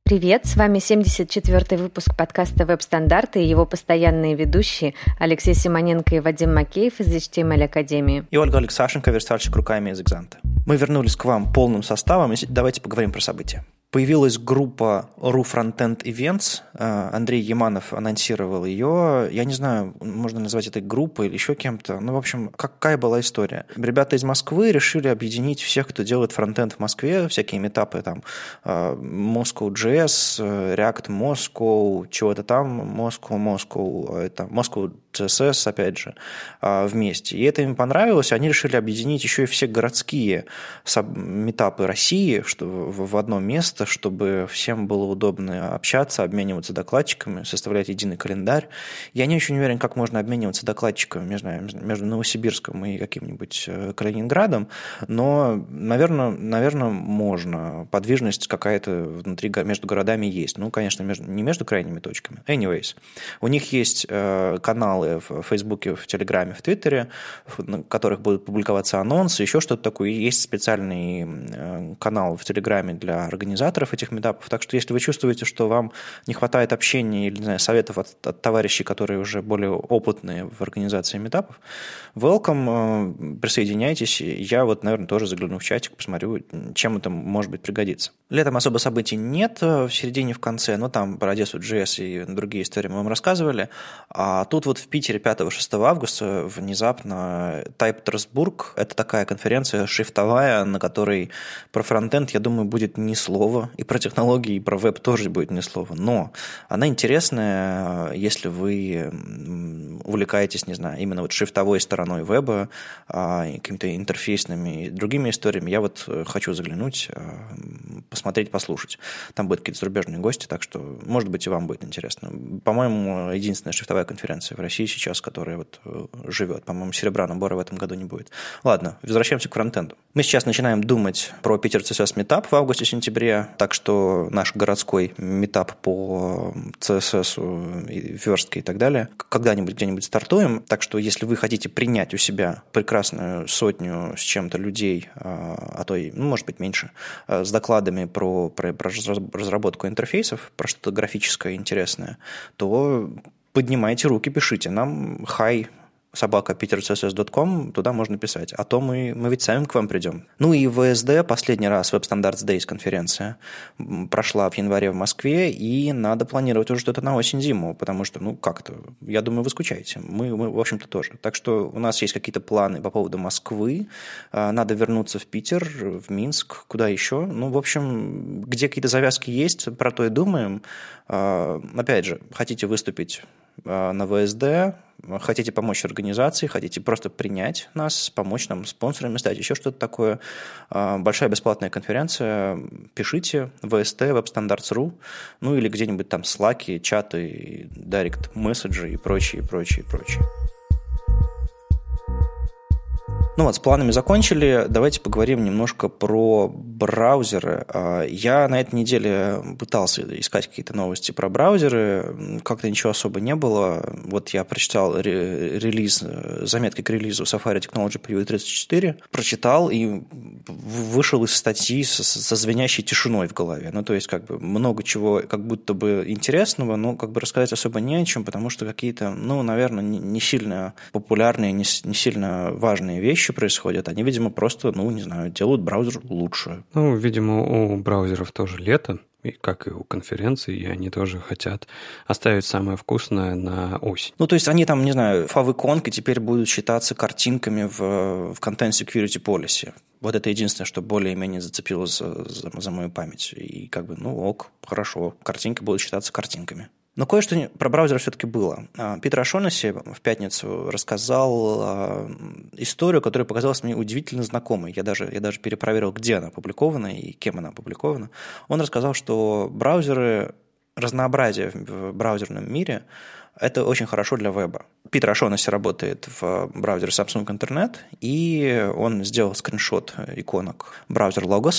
Привет, с вами 74-й выпуск подкаста «Веб-стандарты» и его постоянные ведущие Алексей Симоненко и Вадим Макеев из HTML Академии. И Ольга Алексашенко, верстальщик руками из Экзанта. Мы вернулись к вам полным составом, и давайте поговорим про события. Появилась группа RU Frontend Events. Андрей Яманов анонсировал ее. Я не знаю, можно назвать это группой или еще кем-то. Ну, в общем, какая была история? Ребята из Москвы решили объединить всех, кто делает фронтенд в Москве, всякие митапы там Moscow.js, React Moscow, чего-то там, Moscow, это Moscow CSS, опять же, вместе. И это им понравилось. Они решили объединить еще и все городские митапы России в одно место, чтобы всем было удобно общаться, обмениваться докладчиками, составлять единый календарь. Я не очень уверен, как можно обмениваться докладчиками между Новосибирском и каким-нибудь Калининградом, но, наверное, можно. Подвижность какая-то между городами есть. Ну, конечно, не между крайними точками. Anyways, у них есть каналы в Фейсбуке, в Телеграме, в Твиттере, на которых будут публиковаться анонсы, еще что-то такое. Есть специальный канал в Телеграме для организаторов этих митапов. Так что если вы чувствуете, что вам не хватает общения или, не знаю, советов от товарищей, которые уже более опытные в организации митапов, welcome, присоединяйтесь. Я вот, наверное, тоже загляну в чатик, посмотрю, чем это может быть пригодится. Летом особо событий нет в середине, в конце, но там про Одессу.js и другие истории мы вам рассказывали. А тут вот в Питере 5-6 августа внезапно Type-Strasbourg, это такая конференция шрифтовая, на которой про фронтенд, я думаю, будет ни слова, и про технологии, и про веб тоже будет ни слова. Но она интересная, если вы увлекаетесь, не знаю, именно вот шрифтовой стороной веба, какими-то интерфейсными и другими историями. Я вот хочу заглянуть, посмотреть, послушать. Там будут какие-то зарубежные гости, так что, может быть, и вам будет интересно. По-моему, единственная шрифтовая конференция в России сейчас, которая вот живет. По-моему, серебра набора в этом году не будет. Ладно, возвращаемся к фронтенду. Мы сейчас начинаем думать про Питер CSS Meetup в августе-сентябре, так что наш городской митап по CSS, верстке и так далее когда-нибудь где-нибудь стартуем. Так что если вы хотите принять у себя прекрасную сотню с чем-то людей, а то и, может быть, меньше, с докладами про разработку интерфейсов, про что-то графическое интересное, то поднимайте руки, пишите нам hi@petercss.com, туда можно писать. А то мы ведь сами к вам придем. Ну и ВСД, последний раз, Web Standards Days конференция, прошла в январе в Москве, и надо планировать уже что-то на осень-зиму, потому что, как-то, я думаю, вы скучаете. Мы, в общем-то, тоже. Так что у нас есть какие-то планы по поводу Москвы, надо вернуться в Питер, в Минск, куда еще. В общем, где какие-то завязки есть, про то и думаем. Опять же, хотите выступить на ВСД, хотите помочь организации, хотите просто принять нас, помочь нам спонсорами стать, еще что-то такое. Большая бесплатная конференция. Пишите ВСТ, WebStandards.ru, или где-нибудь там слаки, чаты, директ месседжи и прочее. С планами закончили. Давайте поговорим немножко про браузеры. Я на этой неделе пытался искать какие-то новости про браузеры. Как-то ничего особо не было. Вот я прочитал заметки к релизу Safari Technology Preview 34, прочитал и вышел из статьи со звенящей тишиной в голове. То есть, много чего как будто бы интересного, но рассказать особо не о чем, потому что какие-то, наверное, не сильно популярные, не сильно важные вещи происходят. Они, видимо, просто, делают браузер лучше. Видимо, у браузеров тоже лето, и как и у конференций, и они тоже хотят оставить самое вкусное на осень. То есть они там, favicon теперь будут считаться картинками в Content Security Policy. Вот это единственное, что более-менее зацепилось за мою память. И хорошо, картинки будут считаться картинками. Но кое-что про браузер все-таки было. Питер Ашонаси в пятницу рассказал историю, которая показалась мне удивительно знакомой. Я даже перепроверил, где она опубликована и кем она опубликована. Он рассказал, что разнообразие в браузерном мире – это очень хорошо для веба. Питер Ашонаси работает в браузере Samsung Internet, и он сделал скриншот иконок браузер Logos,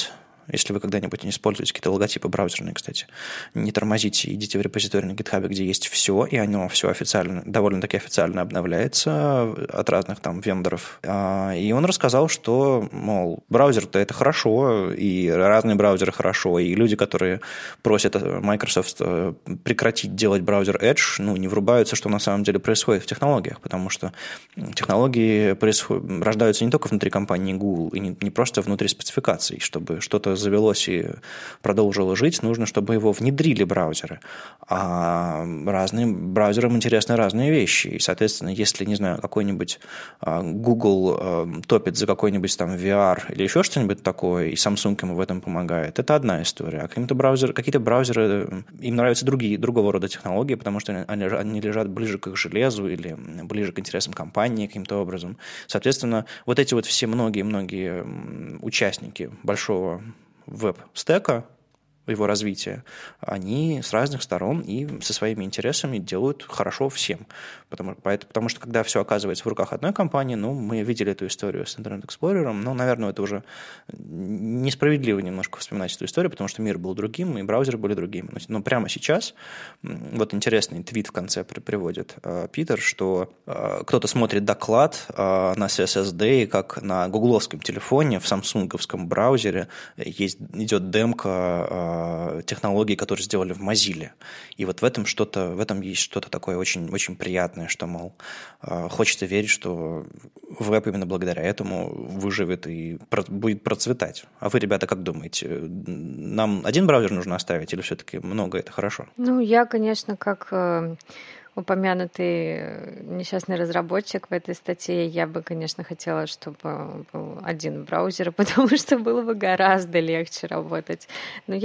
Если вы когда-нибудь не используете какие-то логотипы браузерные, кстати, не тормозите, идите в репозиторий на GitHub, где есть все, и оно все официально, довольно-таки официально обновляется от разных там вендоров. И он рассказал, что, мол, браузер-то это хорошо, и разные браузеры хорошо, и люди, которые просят Microsoft прекратить делать браузер Edge, не врубаются, что на самом деле происходит в технологиях, потому что технологии рождаются не только внутри компании Google, и не просто внутри спецификаций. Чтобы что-то завелось и продолжило жить, нужно, чтобы его внедрили браузеры. А браузерам интересны разные вещи. И, соответственно, если, не знаю, какой-нибудь Google топит за какой-нибудь там VR или еще что-нибудь такое, и Samsung ему в этом помогает, это одна история. А какие-то браузеры, им нравятся другого рода технологии, потому что они лежат ближе к их железу или ближе к интересам компании каким-то образом. Соответственно, вот эти вот все многие участники большого веб-стека, его развития, они с разных сторон и со своими интересами делают хорошо всем. Потому что когда все оказывается в руках одной компании, мы видели эту историю с Internet Explorer, наверное, это уже несправедливо немножко вспоминать эту историю, потому что мир был другим, и браузеры были другими. Но прямо сейчас, вот интересный твит в конце приводит Питер, что кто-то смотрит доклад на CSS-Day, как на гугловском телефоне, в самсунговском браузере идет демка технологий, которые сделали в Mozilla. И вот в этом есть что-то такое очень, очень приятное, что, мол, хочется верить, что веб именно благодаря этому выживет и будет процветать. А вы, ребята, как думаете, нам один браузер нужно оставить или все-таки много это хорошо? Я, конечно, как упомянутый несчастный разработчик в этой статье, я бы, конечно, хотела, чтобы был один браузер, потому что было бы гораздо легче работать. Но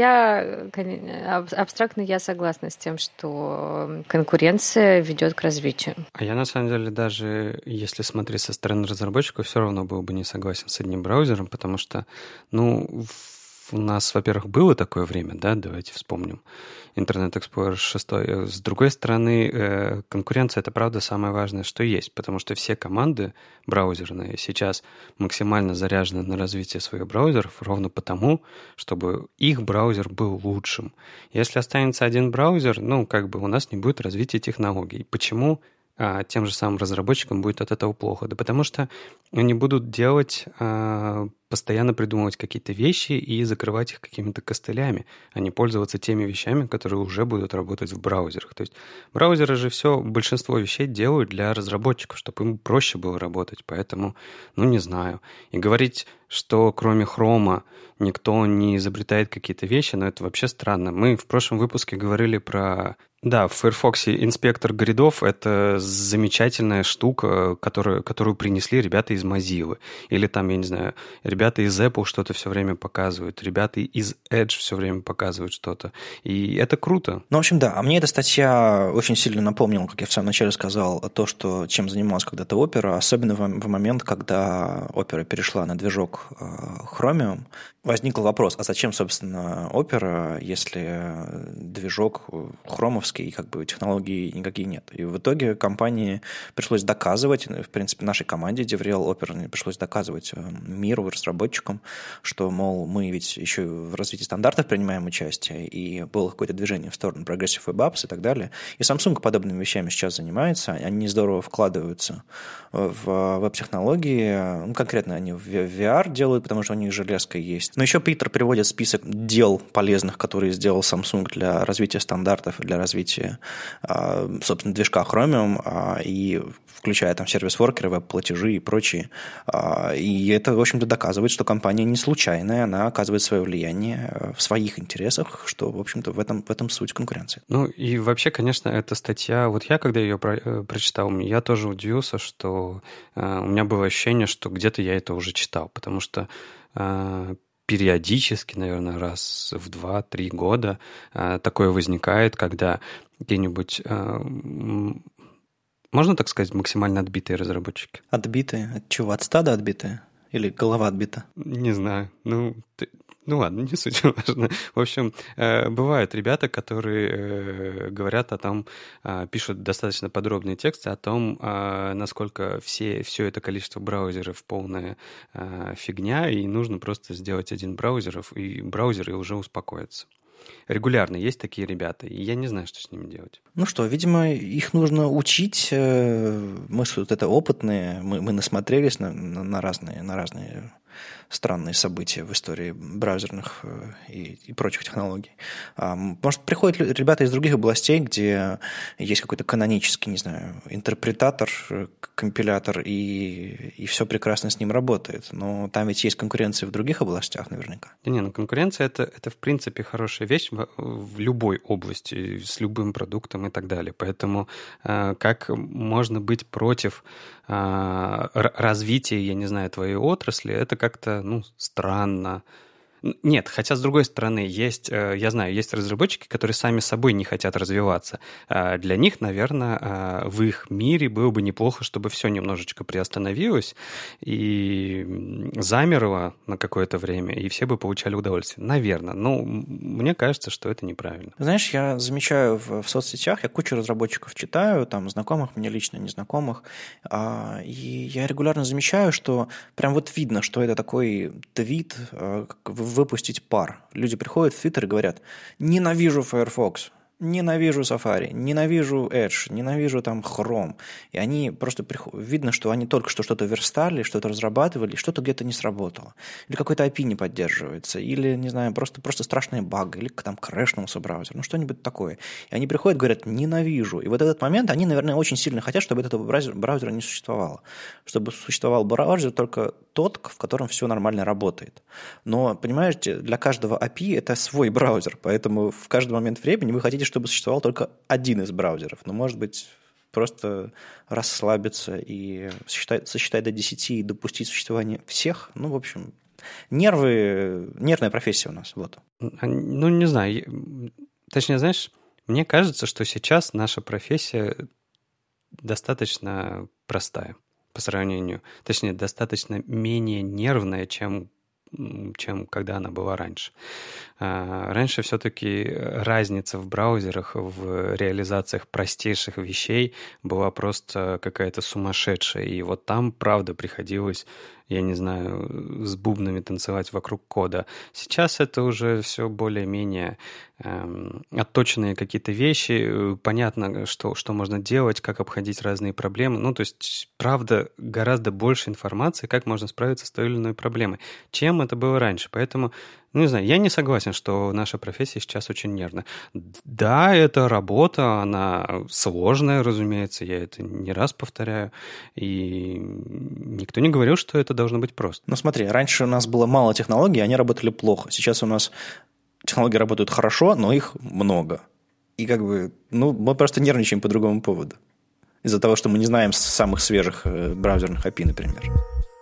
абстрактно я согласна с тем, что конкуренция ведет к развитию. А я, на самом деле, даже если смотреть со стороны разработчиков, все равно был бы не согласен с одним браузером, потому что, у нас, во-первых, было такое время, да, давайте вспомним, Internet Explorer 6. С другой стороны, конкуренция — это, правда, самое важное, что есть, потому что все команды браузерные сейчас максимально заряжены на развитие своих браузеров ровно потому, чтобы их браузер был лучшим. Если останется один браузер, у нас не будет развития технологий. Почему тем же самым разработчикам будет от этого плохо? Да потому что они будут постоянно придумывать какие-то вещи и закрывать их какими-то костылями, а не пользоваться теми вещами, которые уже будут работать в браузерах. То есть браузеры же большинство вещей делают для разработчиков, чтобы им проще было работать. Поэтому, не знаю. И говорить, что кроме Chrome никто не изобретает какие-то вещи, это вообще странно. Мы в прошлом выпуске говорили про... Да, в Firefox инспектор гридов — это замечательная штука, которую принесли ребята из Mozilla. Или там, я не знаю, ребята из Apple что-то все время показывают, ребята из Edge все время показывают что-то. И это круто. В общем, да. А мне эта статья очень сильно напомнила, как я в самом начале сказал, чем занималась когда-то Opera, особенно в момент, когда Opera перешла на движок Chromium. Возник вопрос, а зачем, собственно, Opera, если движок хромовский, технологий никаких нет. И в итоге компании пришлось доказывать, в принципе, нашей команде DevRel Opera пришлось доказывать миру, разработчикам, что, мол, мы ведь еще в развитии стандартов принимаем участие, и было какое-то движение в сторону Progressive Web Apps и так далее. И Samsung подобными вещами сейчас занимается, они здорово вкладываются в веб-технологии, конкретно они в VR делают, потому что у них железка есть. Но еще Питер приводит список дел полезных, которые сделал Samsung для развития стандартов, для развития, собственно, движка Chromium, и включая там сервис-воркеры, веб-платежи и прочие. И это, в общем-то, доказывает, что компания не случайная, она оказывает свое влияние в своих интересах, что, в общем-то, в этом суть конкуренции. И вообще, конечно, эта статья, я, когда ее прочитал, я тоже удивился, что у меня было ощущение, что где-то я это уже читал, потому что периодически, наверное, раз в 2-3 года такое возникает, когда где-нибудь, можно так сказать, максимально отбитые разработчики. Отбитые? От чего? От стада отбитые? Или голова отбита? Не знаю. Ну ладно, не суть важно. В общем, бывают ребята, которые говорят о том, пишут достаточно подробные тексты о том, насколько все это количество браузеров полная фигня, и нужно просто сделать один браузер, и уже успокоится. Регулярно есть такие ребята, и я не знаю, что с ними делать. Ну что, видимо, их нужно учить. Мы что-то это опытные, мы насмотрелись на разные странные события в истории браузерных и прочих технологий. Может, приходят ребята из других областей, где есть какой-то канонический, не знаю, интерпретатор, компилятор, и все прекрасно с ним работает. Но там ведь есть конкуренция в других областях наверняка. Ну конкуренция это в принципе хорошая вещь в любой области, с любым продуктом и так далее. Поэтому как можно быть против развития, я не знаю, твоей отрасли, это как-то, странно. Нет, хотя, с другой стороны, есть разработчики, которые сами собой не хотят развиваться. Для них, наверное, в их мире было бы неплохо, чтобы все немножечко приостановилось и замерло на какое-то время, и все бы получали удовольствие. Наверное. Но мне кажется, что это неправильно. Знаешь, я замечаю в соцсетях, я кучу разработчиков читаю, там, знакомых мне лично, незнакомых, и я регулярно замечаю, что прям вот видно, что это такой твит, выпустить пар. Люди приходят в Twitter и говорят: ненавижу Firefox, ненавижу Safari, ненавижу Edge, ненавижу там Chrome. И они просто видно, что они только что что-то верстали, что-то разрабатывали, что-то где-то не сработало. Или какой-то API не поддерживается, или, не знаю, просто страшный баг, или там крэшнулся браузер, что-нибудь такое. И они приходят и говорят: ненавижу. И вот этот момент они, наверное, очень сильно хотят, чтобы этого браузера не существовало. Чтобы существовал браузер только тот, в котором все нормально работает. Но, понимаете, для каждого API это свой браузер, поэтому в каждый момент времени вы хотите, чтобы существовал только один из браузеров. Но, может быть, просто расслабиться и сосчитать до 10 и допустить существование всех. В общем, нервная профессия у нас. Вот. Не знаю. Точнее, знаешь, мне кажется, что сейчас наша профессия достаточно простая по сравнению, точнее, достаточно менее нервная, чем когда она была раньше. Раньше все-таки разница в браузерах, в реализациях простейших вещей была просто какая-то сумасшедшая. И вот там, правда, приходилось, я не знаю, с бубнами танцевать вокруг кода. Сейчас это уже все более-менее отточенные какие-то вещи. Понятно, что можно делать, как обходить разные проблемы. То есть, правда, гораздо больше информации, как можно справиться с той или иной проблемой, чем это было раньше. Поэтому, не знаю, я не согласен, что наша профессия сейчас очень нервная. Да, это работа, она сложная, разумеется, я это не раз повторяю, и никто не говорил, что это должно быть просто. Смотри, раньше у нас было мало технологий, они работали плохо. Сейчас у нас технологии работают хорошо, но их много. И мы просто нервничаем по другому поводу. Из-за того, что мы не знаем самых свежих браузерных API, например.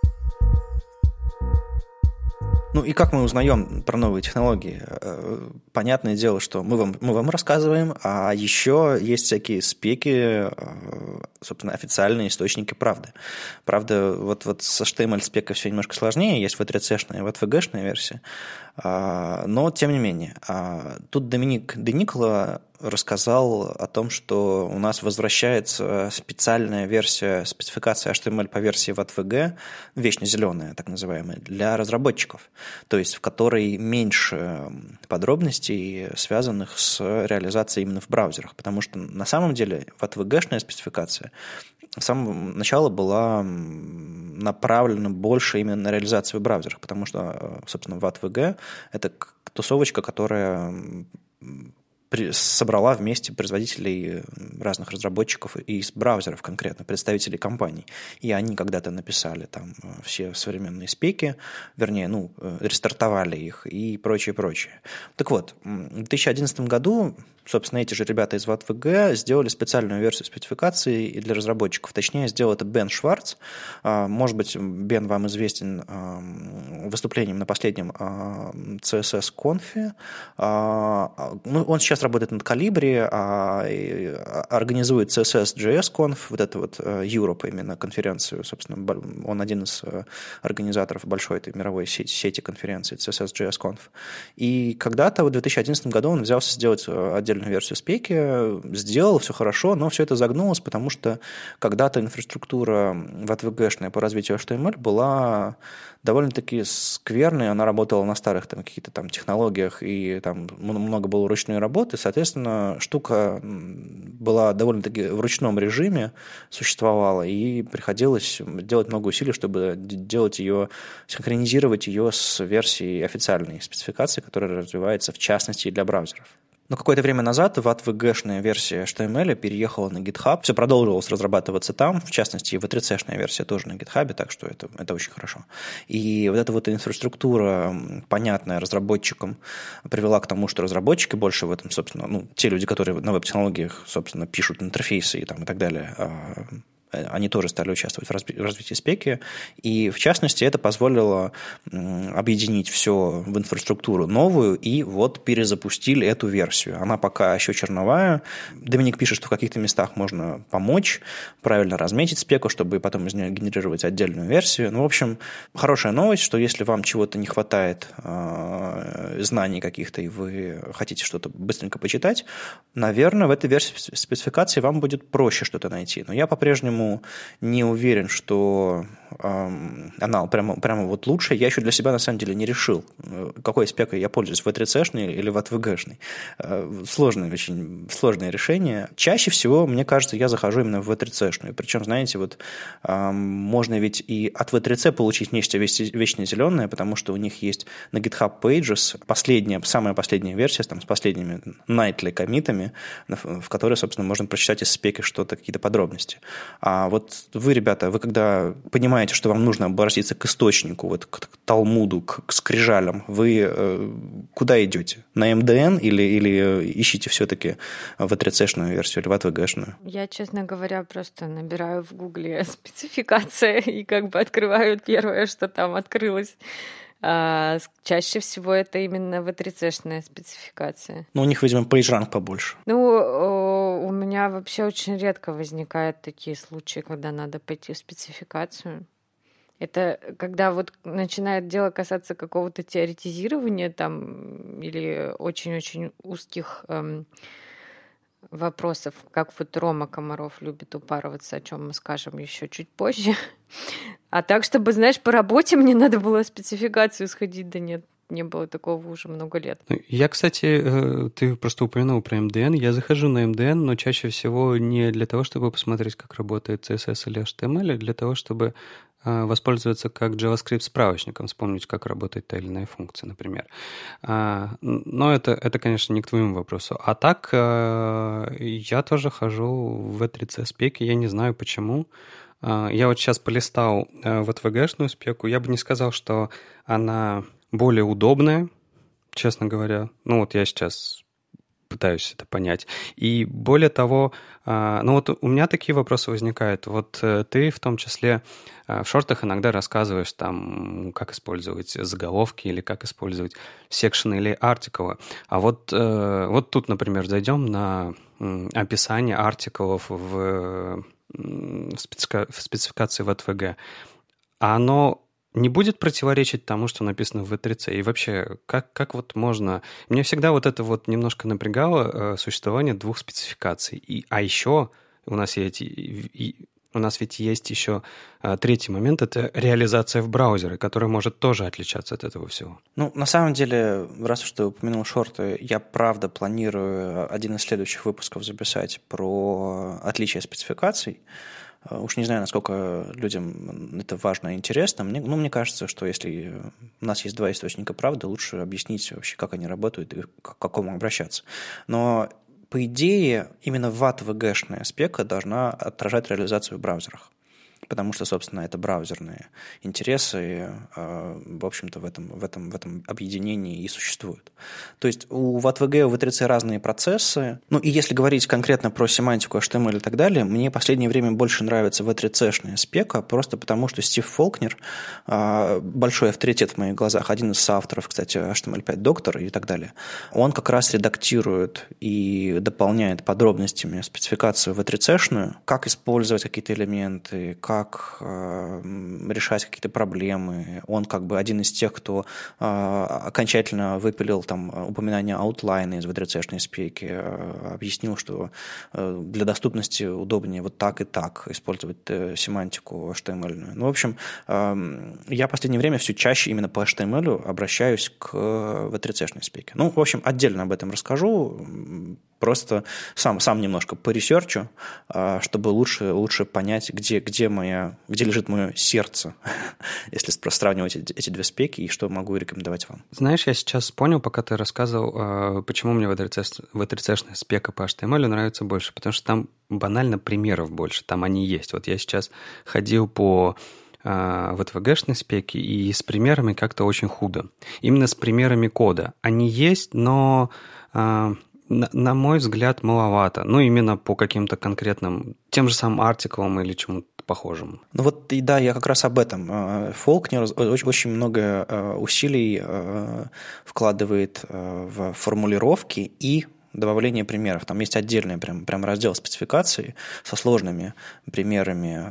И как мы узнаем про новые технологии? Понятное дело, что мы вам рассказываем, а еще есть всякие спеки, собственно, официальные источники правды. Правда, вот с HTML-спекой все немножко сложнее, есть V3C-шная и V2G-шная версия, но тем не менее. Тут Доминик Де Николо рассказал о том, что у нас возвращается специальная версия спецификации HTML по версии V2G, вечно зеленая, так называемая, для разработчиков, то есть в которой меньше подробностей, связанных с реализацией именно в браузерах, потому что на самом деле V2G-шная спецификация с самого начала была направлена больше именно на реализацию в браузерах, потому что, собственно, V2G – это тусовочка, которая собрала вместе производителей разных разработчиков и из браузеров конкретно, представителей компаний. И они когда-то написали там все современные спеки, вернее, рестартовали их и прочее. Так вот, в 2011 году собственно, эти же ребята из WattVG сделали специальную версию спецификации для разработчиков. Точнее, сделал это Бен Шварц. Может быть, Бен вам известен выступлением на последнем CSS-конфе. Он сейчас работает над Calibri, организует CSS.js-конф, вот это вот Europe именно конференцию, собственно, он один из организаторов большой этой мировой сети конференций CSS.js-конф. И когда-то в 2011 году он взялся сделать отдельную версию спеки, сделал, все хорошо, но все это загнулось, потому что когда-то инфраструктура WattVG-шная по развитию HTML была довольно-таки скверной, она работала на старых каких-то там технологиях, и там много было ручной работы, соответственно, штука была довольно-таки в ручном режиме, существовала, и приходилось делать много усилий, чтобы делать ее, синхронизировать ее с версией официальной спецификации, которая развивается в частности для браузеров. Но какое-то время назад WattVG-шная версия HTML переехала на GitHub. Все продолжилось разрабатываться там, в частности, и V3C-шная версия тоже на GitHub, так что это очень хорошо. И вот эта вот инфраструктура, понятная разработчикам, привела к тому, что разработчики больше в этом, собственно, те люди, которые на веб-технологиях, собственно, пишут интерфейсы и так далее, они тоже стали участвовать в развитии спеки, и, в частности, это позволило объединить все в инфраструктуру новую, и вот перезапустили эту версию. Она пока еще черновая. Доминик пишет, что в каких-то местах можно помочь, правильно разметить спеку, чтобы потом из нее генерировать отдельную версию. В общем, хорошая новость, что если вам чего-то не хватает, знаний каких-то, и вы хотите что-то быстренько почитать, наверное, в этой версии спецификации вам будет проще что-то найти. Но я по-прежнему не уверен, что она прямо вот лучше. Я еще для себя на самом деле не решил, какой спекой я пользуюсь, V3C-шной или WattVG-шной. Очень сложное решение. Чаще всего, мне кажется, я захожу именно в V3C-шную. Причем, знаете, вот можно ведь и от V3C получить нечто вечно зеленое, потому что у них есть на GitHub Pages самая последняя версия с последними nightly коммитами, в которой, собственно, можно прочитать из спеки что-то, какие-то подробности. А вот вы, ребята, вы когда понимаете, что вам нужно обратиться к источнику, вот к Талмуду, к скрижалям, вы куда идете? На MDN или ищете все-таки V3C-шную версию или WattVG-шную? Я, честно говоря, просто набираю в Гугле спецификация и открываю первое, что там открылось. Чаще всего это именно V3C-шная спецификация. У них, видимо, PageRank побольше. У меня вообще очень редко возникают такие случаи, когда надо пойти в спецификацию. Это когда вот начинает дело касаться какого-то теоретизирования там или очень-очень узких вопросов, как вот Рома Комаров любит упарываться, о чем мы скажем еще чуть позже. А так, чтобы, знаешь, по работе мне надо было спецификацию сходить, да нет, не было такого уже много лет. Я, кстати, ты просто упомянул про MDN. Я захожу на MDN, но чаще всего не для того, чтобы посмотреть, как работает CSS или HTML, а для того, чтобы воспользоваться как JavaScript справочником, вспомнить, как работает та или иная функция, например. Но это, конечно, не к твоему вопросу. А так, я тоже хожу в V3C спеки, я не знаю почему. Я вот сейчас полистал WattVG-шную спеку, я бы не сказал, что она более удобная, честно говоря. Я сейчас пытаюсь это понять. И более того, у меня такие вопросы возникают. Вот ты в том числе в шортах иногда рассказываешь там, как использовать заголовки или как использовать секшены или артиклы. А вот тут, например, зайдем на описание артиклов в спецификации WattVG. А оно не будет противоречить тому, что написано в V3C? И вообще, как вот можно... Мне всегда вот это вот немножко напрягало существование двух спецификаций. А еще у нас ведь есть еще третий момент, это реализация в браузере, которая может тоже отличаться от этого всего. На самом деле, раз уж ты упомянул шорты, я правда планирую один из следующих выпусков записать про отличие спецификаций. Уж не знаю, насколько людям это важно и интересно. Мне кажется, что если у нас есть два источника правды, лучше объяснить вообще, как они работают и к какому обращаться. Но, по идее, именно WattVG-шная спека должна отражать реализацию в браузерах. потому что, собственно, это браузерные интересы, в общем-то, в этом объединении и существуют. То есть у V2G и у V3C разные процессы. Ну, и если говорить конкретно про семантику HTML и так далее, мне в последнее время больше нравится V3C-шная спека, просто потому что Стив Фолкнер, большой авторитет в моих глазах, один из соавторов, кстати, HTML5 доктор и так далее, он как раз редактирует и дополняет подробностями спецификацию V3C-шную, как использовать какие-то элементы, как решать какие-то проблемы. Он как бы один из тех, кто окончательно выпилил там упоминание аутлайна из V3C-шной спеки, объяснил, что для доступности удобнее вот так и так использовать семантику HTML-ную. Ну, в общем, я в последнее время все чаще именно по HTML обращаюсь к V3C-шной спеке. Ну, в общем, отдельно об этом расскажу, просто сам немножко поресерчу, чтобы лучше понять, где лежит мое сердце, если сравнивать эти две спеки, и что могу рекомендовать вам. Знаешь, я сейчас понял, пока ты рассказывал, почему мне V3C-шная спека по HTML нравится больше, потому что там банально примеров больше, там они есть. Вот я сейчас ходил по V2G-шной спеки, и с примерами как-то очень худо. Именно с примерами кода. Они есть, но... на мой взгляд, маловато. Ну, именно по каким-то конкретным, тем же самым артиклам или чему-то похожему. Ну вот, и да, я как раз об этом. Фолкнер очень много усилий вкладывает в формулировки и добавление примеров. Там есть отдельный прям раздел спецификации со сложными примерами,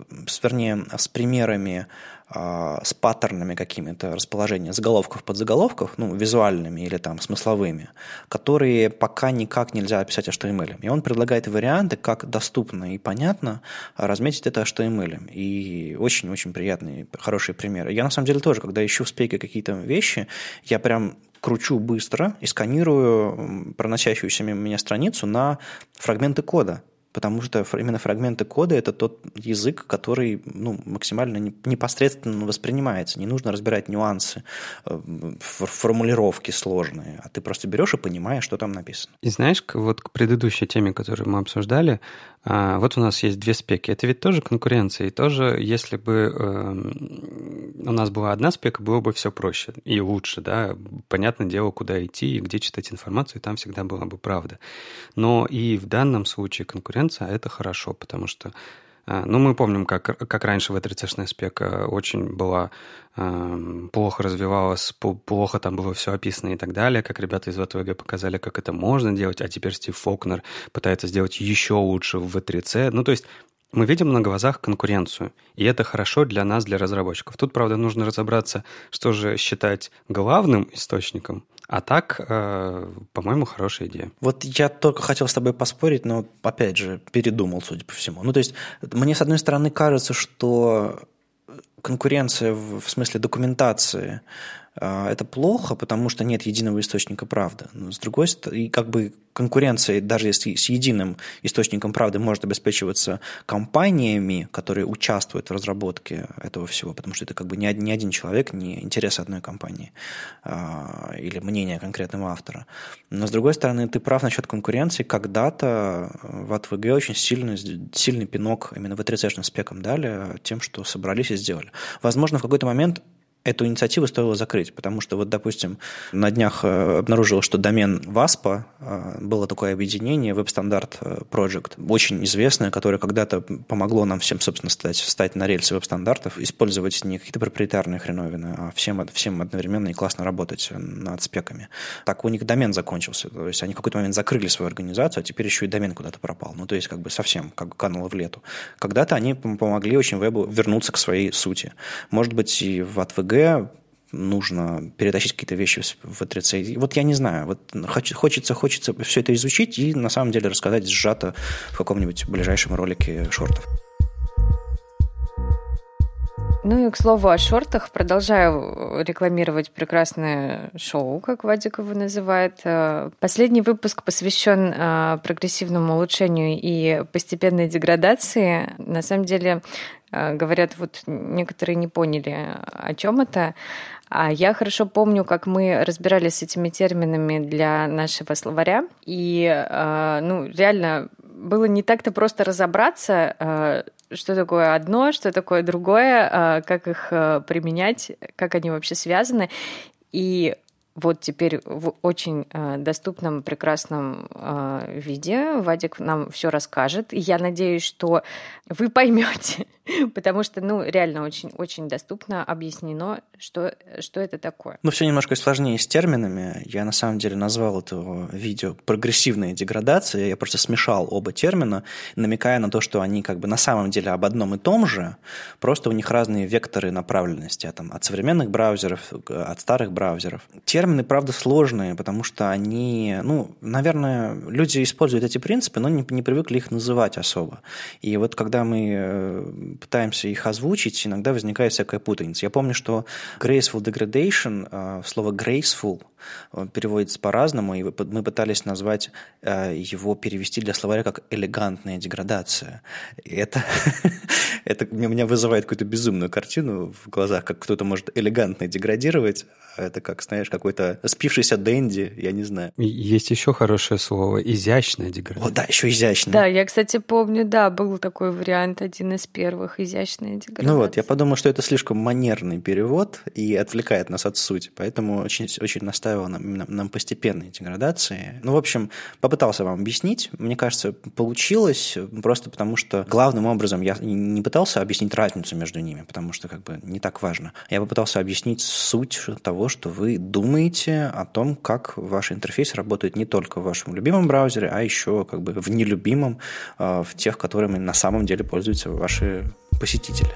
с примерами, с паттернами какими-то расположения заголовков, подзаголовков, ну, визуальными или там смысловыми, которые пока никак нельзя описать HTML. И он предлагает варианты, как доступно и понятно разметить это HTML. И очень-очень приятные, хорошие примеры. Я на самом деле тоже, когда ищу в спеке какие-то вещи, я прям кручу быстро и сканирую проносящуюся мимо меня страницу на фрагменты кода. Потому что именно фрагменты кода – это тот язык, который максимально непосредственно воспринимается. Не нужно разбирать нюансы, формулировки сложные, а ты просто берешь и понимаешь, что там написано. И знаешь, вот к предыдущей теме, которую мы обсуждали, вот у нас есть две спеки. Это ведь тоже конкуренция. И тоже, если бы у нас была одна спека, было бы все проще и лучше. Да? Понятное дело, куда идти и где читать информацию, и там всегда была бы правда. Но и в данном случае конкуренция – это хорошо, потому что мы помним, как раньше V3C-шная спека очень была плохо развивалась, плохо там было все описано и так далее, как ребята из V2G показали, как это можно делать, а теперь Стив Фолкнер пытается сделать еще лучше в V3C. Ну, то есть мы видим на глазах конкуренцию, и это хорошо для нас, для разработчиков. Тут, правда, нужно разобраться, что же считать главным источником, а так, по-моему, хорошая идея. Вот я только хотел с тобой поспорить, но, опять же, передумал, судя по всему. Ну, то есть, мне, с одной стороны, кажется, что конкуренция в смысле документации это плохо, потому что нет единого источника правды. Но с другой стороны, как бы конкуренция, даже если с единым источником правды, может обеспечиваться компаниями, которые участвуют в разработке этого всего, потому что это как бы не один человек, не интересы одной компании или мнение конкретного автора. Но с другой стороны, ты прав насчет конкуренции. Когда-то в V2G очень сильный пинок именно V3C-шным спекам дали тем, что собрались и сделали. Возможно, в какой-то момент эту инициативу стоило закрыть, потому что, вот, допустим, на днях обнаружилось, что домен WASP, было такое объединение, Web-Standard Project, очень известное, которое когда-то помогло нам всем, собственно, стать на рельсы веб-стандартов, использовать не какие-то проприетарные хреновины, а всем одновременно и классно работать над спеками. Так у них домен закончился, то есть они в какой-то момент закрыли свою организацию, а теперь еще и домен куда-то пропал. Ну, то есть как бы совсем как кануло в лету. Когда-то они помогли очень вебу вернуться к своей сути. Может быть, и в V2G нужно перетащить какие-то вещи в V3C. Вот я не знаю, вот хочется все это изучить и на самом деле рассказать сжато в каком-нибудь ближайшем ролике шортов. Ну и, к слову, о шортах. Продолжаю рекламировать прекрасное шоу, как Вадик его называет. Последний выпуск посвящен прогрессивному улучшению и постепенной деградации. На самом деле, говорят, вот некоторые не поняли, о чем это. А я хорошо помню, как мы разбирались с этими терминами для нашего словаря. И, реально было не так-то просто разобраться, что такое одно, что такое другое, как их применять, как они вообще связаны. И вот теперь в очень доступном, прекрасном виде Вадик нам все расскажет. И я надеюсь, что вы поймете, потому что, реально очень доступно объяснено, что это такое. Все немножко сложнее с терминами. Я на самом деле назвал это видео «прогрессивная деградация». Я просто смешал оба термина, намекая на то, что они как бы на самом деле об одном и том же, просто у них разные векторы направленности от современных браузеров, от старых браузеров. Термины, правда, сложные, потому что они, наверное, люди используют эти принципы, но не привыкли их называть особо. И вот когда мы пытаемся их озвучить, иногда возникает всякая путаница. Я помню, что graceful degradation, слово graceful переводится по-разному, и мы пытались назвать его, перевести для словаря как элегантная деградация. И это у меня вызывает какую-то безумную картину в глазах, как кто-то может элегантно деградировать. Это как, знаешь, какой-то спившийся денди, я не знаю. Есть еще хорошее слово – изящная деградация. О, да, еще изящная. Да, я, кстати, помню, был такой вариант, один из первых – изящная деградация. Я подумал, что это слишком манерный перевод и отвлекает нас от сути, поэтому очень, очень настаивал на постепенной деградации. В общем, попытался вам объяснить. Мне кажется, получилось, просто потому что главным образом я не пытался объяснить разницу между ними, потому что как бы не так важно. Я попытался объяснить суть того, что вы думаете о том, как ваш интерфейс работает не только в вашем любимом браузере, а еще как бы в нелюбимом, в тех, которыми на самом деле пользуются ваши посетители.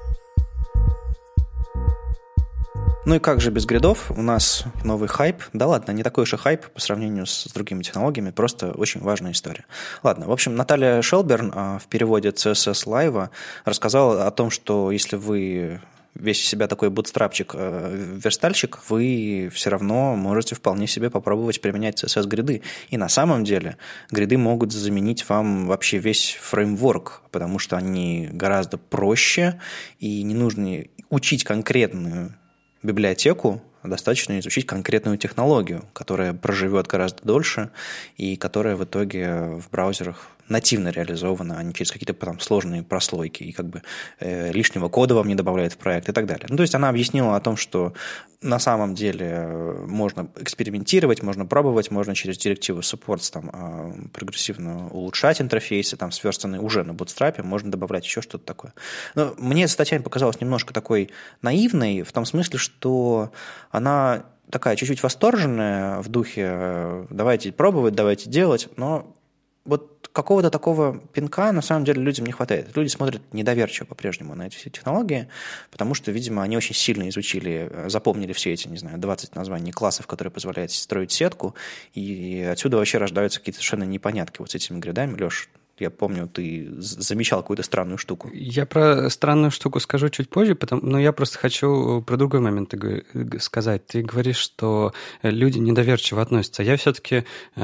И как же без гридов? У нас новый хайп. Да ладно, не такой уж и хайп по сравнению с другими технологиями, просто очень важная история. Ладно, в общем, Наталья Шелберн в переводе CSS Live рассказала о том, что если вы весь из себя такой бутстрапчик, верстальщик, вы все равно можете вполне себе попробовать применять CSS-гриды. И на самом деле гриды могут заменить вам вообще весь фреймворк, потому что они гораздо проще, и не нужно учить конкретную библиотеку, достаточно изучить конкретную технологию, которая проживет гораздо дольше и которая в итоге в браузерах нативно реализована, а не через какие-то там сложные прослойки, и как бы лишнего кода вам не добавляет в проект и так далее. То есть она объяснила о том, что на самом деле можно экспериментировать, можно пробовать, можно через директиву supports там прогрессивно улучшать интерфейсы, там сверстанные уже на бутстрапе, можно добавлять еще что-то такое. Но мне эта статья показалась немножко такой наивной, в том смысле, что она такая чуть-чуть восторженная в духе «давайте пробовать, давайте делать», но вот какого-то такого пинка на самом деле людям не хватает. Люди смотрят недоверчиво по-прежнему на эти все технологии, потому что, видимо, они очень сильно изучили, запомнили все эти, 20 названий классов, которые позволяют строить сетку, и отсюда вообще рождаются какие-то совершенно непонятки вот с этими гридами. Леш, я помню, ты замечал какую-то странную штуку. Я про странную штуку скажу чуть позже, но я просто хочу про другой момент сказать. Ты говоришь, что люди недоверчиво относятся. Я все-таки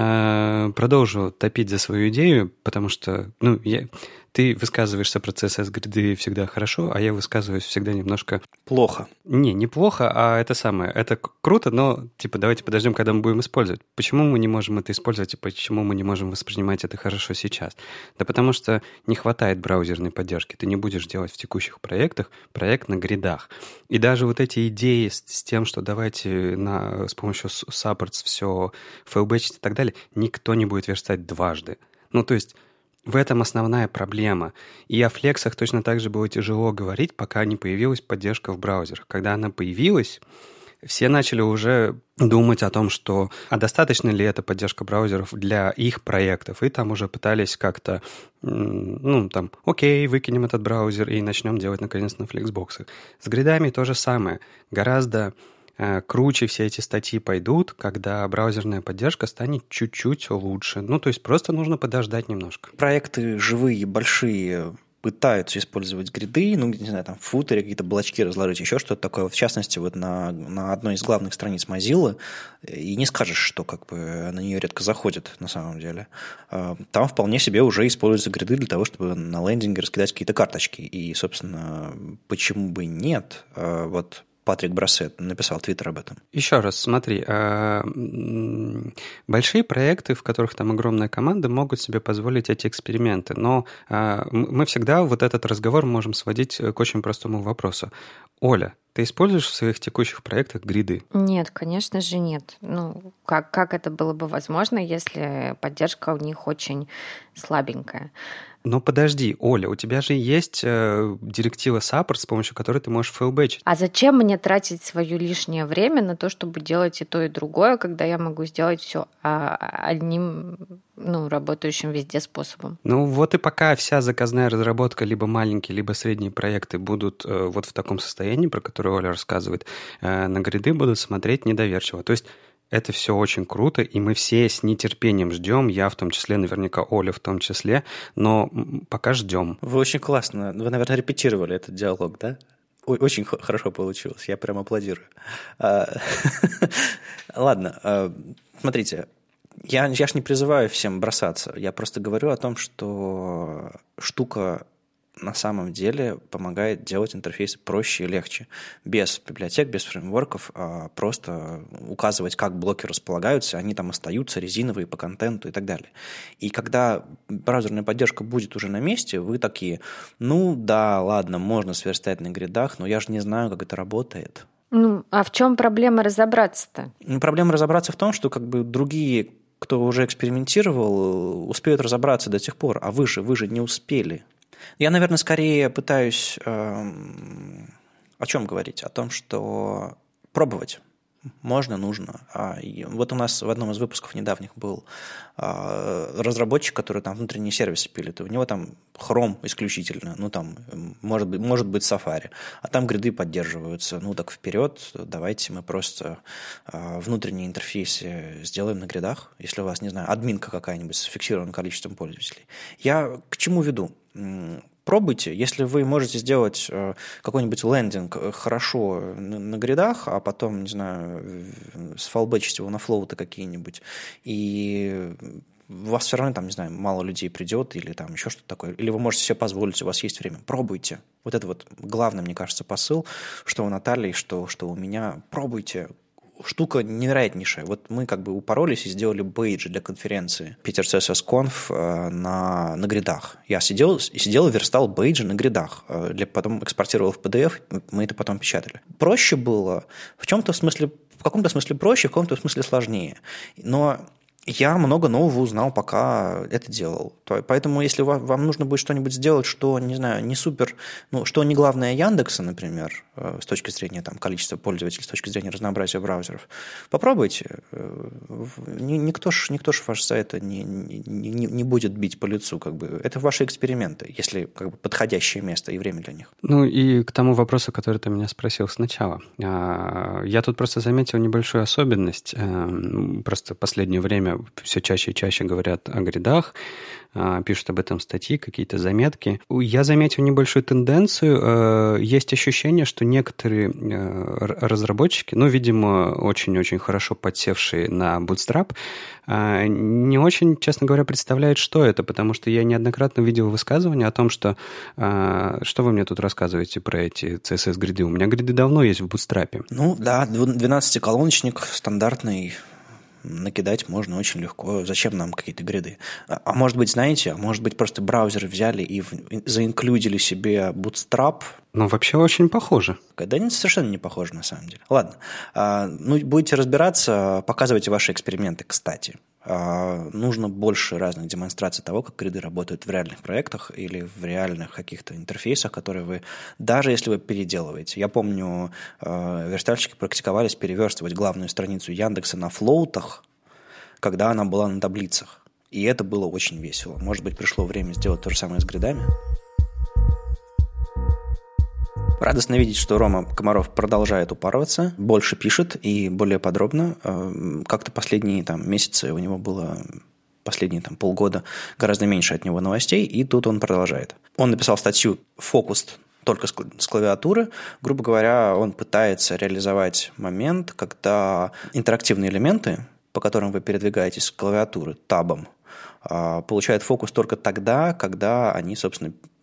продолжу топить за свою идею, потому что ты высказываешься про CSS-гриды всегда хорошо, а я высказываюсь всегда немножко... Плохо. Не плохо, а это круто, но давайте подождем, когда мы будем использовать. Почему мы не можем это использовать и почему мы не можем воспринимать это хорошо сейчас? Да потому что не хватает браузерной поддержки. Ты не будешь делать в текущих проектах проект на гридах. И даже вот эти идеи с тем, что давайте с помощью supports все фейлбэчить и так далее, никто не будет верстать дважды. То есть в этом основная проблема. И о флексах точно так же было тяжело говорить, пока не появилась поддержка в браузерах. Когда она появилась, все начали уже думать о том, что достаточно ли эта поддержка браузеров для их проектов. И там уже пытались как-то, окей, выкинем этот браузер и начнем делать, наконец, на флексбоксах. С гридами то же самое. Гораздо круче все эти статьи пойдут, когда браузерная поддержка станет чуть-чуть лучше. То есть просто нужно подождать немножко. Проекты живые, большие, пытаются использовать гриды, в футере какие-то блочки разложить, еще что-то такое. В частности, вот на одной из главных страниц Mozilla, и не скажешь, что как бы на нее редко заходят на самом деле. Там вполне себе уже используются гриды для того, чтобы на лендинге раскидать какие-то карточки. И, собственно, почему бы нет? Вот Патрик Брассет написал твиттер об этом. Еще раз, смотри, большие проекты, в которых там огромная команда, могут себе позволить эти эксперименты, но мы всегда вот этот разговор можем сводить к очень простому вопросу. Оля, ты используешь в своих текущих проектах гриды? Нет, конечно же нет. Ну, как это было бы возможно, если поддержка у них очень слабенькая? Но подожди, Оля, у тебя же есть директива Support, с помощью которой ты можешь фейлбэчить. А зачем мне тратить свое лишнее время на то, чтобы делать и то, и другое, когда я могу сделать все одним, работающим везде способом? Ну вот и пока вся заказная разработка, либо маленькие, либо средние проекты будут вот в таком состоянии, про которое Оля рассказывает, на гриды будут смотреть недоверчиво. То есть это все очень круто, и мы все с нетерпением ждем, я в том числе, наверняка Оля в том числе, но пока ждем. Вы очень классно, вы, наверное, репетировали этот диалог, да? Очень хорошо получилось, я прям аплодирую. Ладно, смотрите, я ж не призываю всем бросаться, я просто говорю о том, что штука на самом деле помогает делать интерфейсы проще и легче. Без библиотек, без фреймворков, а просто указывать, как блоки располагаются, они там остаются резиновые по контенту и так далее. И когда браузерная поддержка будет уже на месте, вы такие, да, ладно, можно сверстать на гридах, но я же не знаю, как это работает. А в чем проблема разобраться-то? Проблема разобраться в том, что другие, кто уже экспериментировал, успеют разобраться до тех пор, а вы же не успели. Я, наверное, скорее пытаюсь о чем говорить? О том, что пробовать можно, нужно. Вот у нас в одном из выпусков недавних был разработчик, который там внутренние сервисы пилит. У него там Chrome исключительно, может быть Safari, а там гриды поддерживаются. Так вперед, давайте мы просто внутренние интерфейсы сделаем на гридах, если у вас, не знаю, админка какая-нибудь с фиксированным количеством пользователей. Я к чему веду? Пробуйте, если вы можете сделать какой-нибудь лендинг хорошо на гридах, а потом, не знаю, сфалбэчить его на флоуты какие-нибудь, и у вас все равно, там, не знаю, мало людей придет или там еще что-то такое, или вы можете себе позволить, у вас есть время, пробуйте. Вот это вот главный, мне кажется, посыл, что у Натальи, что у меня, пробуйте. Штука невероятнейшая. Вот мы упоролись и сделали бейджи для конференции Питер CSS Conf на гридах. Я сидел и верстал бейджи на гридах. Потом экспортировал в PDF, мы это потом печатали. Проще было, в каком-то смысле проще, в каком-то смысле сложнее. Но я много нового узнал, пока это делал. Поэтому, если вам нужно будет что-нибудь сделать, что, не знаю, не супер, что не главное Яндекса, например, с точки зрения количества пользователей, с точки зрения разнообразия браузеров, попробуйте. Никто ж ваш сайт не будет бить по лицу. Это ваши эксперименты, если подходящее место и время для них. И к тому вопросу, который ты меня спросил сначала. Я тут просто заметил небольшую особенность. Просто в последнее время все чаще и чаще говорят о гридах, пишут об этом статьи, какие-то заметки. Я заметил небольшую тенденцию. Есть ощущение, что некоторые разработчики, видимо, очень-очень хорошо подсевшие на Bootstrap, не очень, честно говоря, представляют, что это, потому что я неоднократно видел высказывания о том, что вы мне тут рассказываете про эти CSS-гриды? У меня гриды давно есть в Bootstrap. Да, 12-колоночник стандартный. Накидать можно очень легко. Зачем нам какие-то гриды? А может быть, знаете, просто браузеры взяли и заинклюдили себе Bootstrap. Вообще очень похоже. Да, они совершенно не похожи на самом деле. Ладно. Будете разбираться, показывайте ваши эксперименты, кстати. Нужно больше разных демонстраций того, как гриды работают в реальных проектах или в реальных каких-то интерфейсах, которые вы, даже если вы переделываете. Я помню, верстальщики практиковались переверстывать главную страницу Яндекса на флоутах, когда она была на таблицах. И это было очень весело. Может быть, пришло время сделать то же самое с гридами? Радостно видеть, что Рома Комаров продолжает упарываться, больше пишет и более подробно. Как-то последние месяцы у него было, последние полгода, гораздо меньше от него новостей, и тут он продолжает. Он написал статью «Фокус только с клавиатуры». Грубо говоря, он пытается реализовать момент, когда интерактивные элементы, по которым вы передвигаетесь с клавиатуры табом, получают фокус только тогда, когда они, собственно,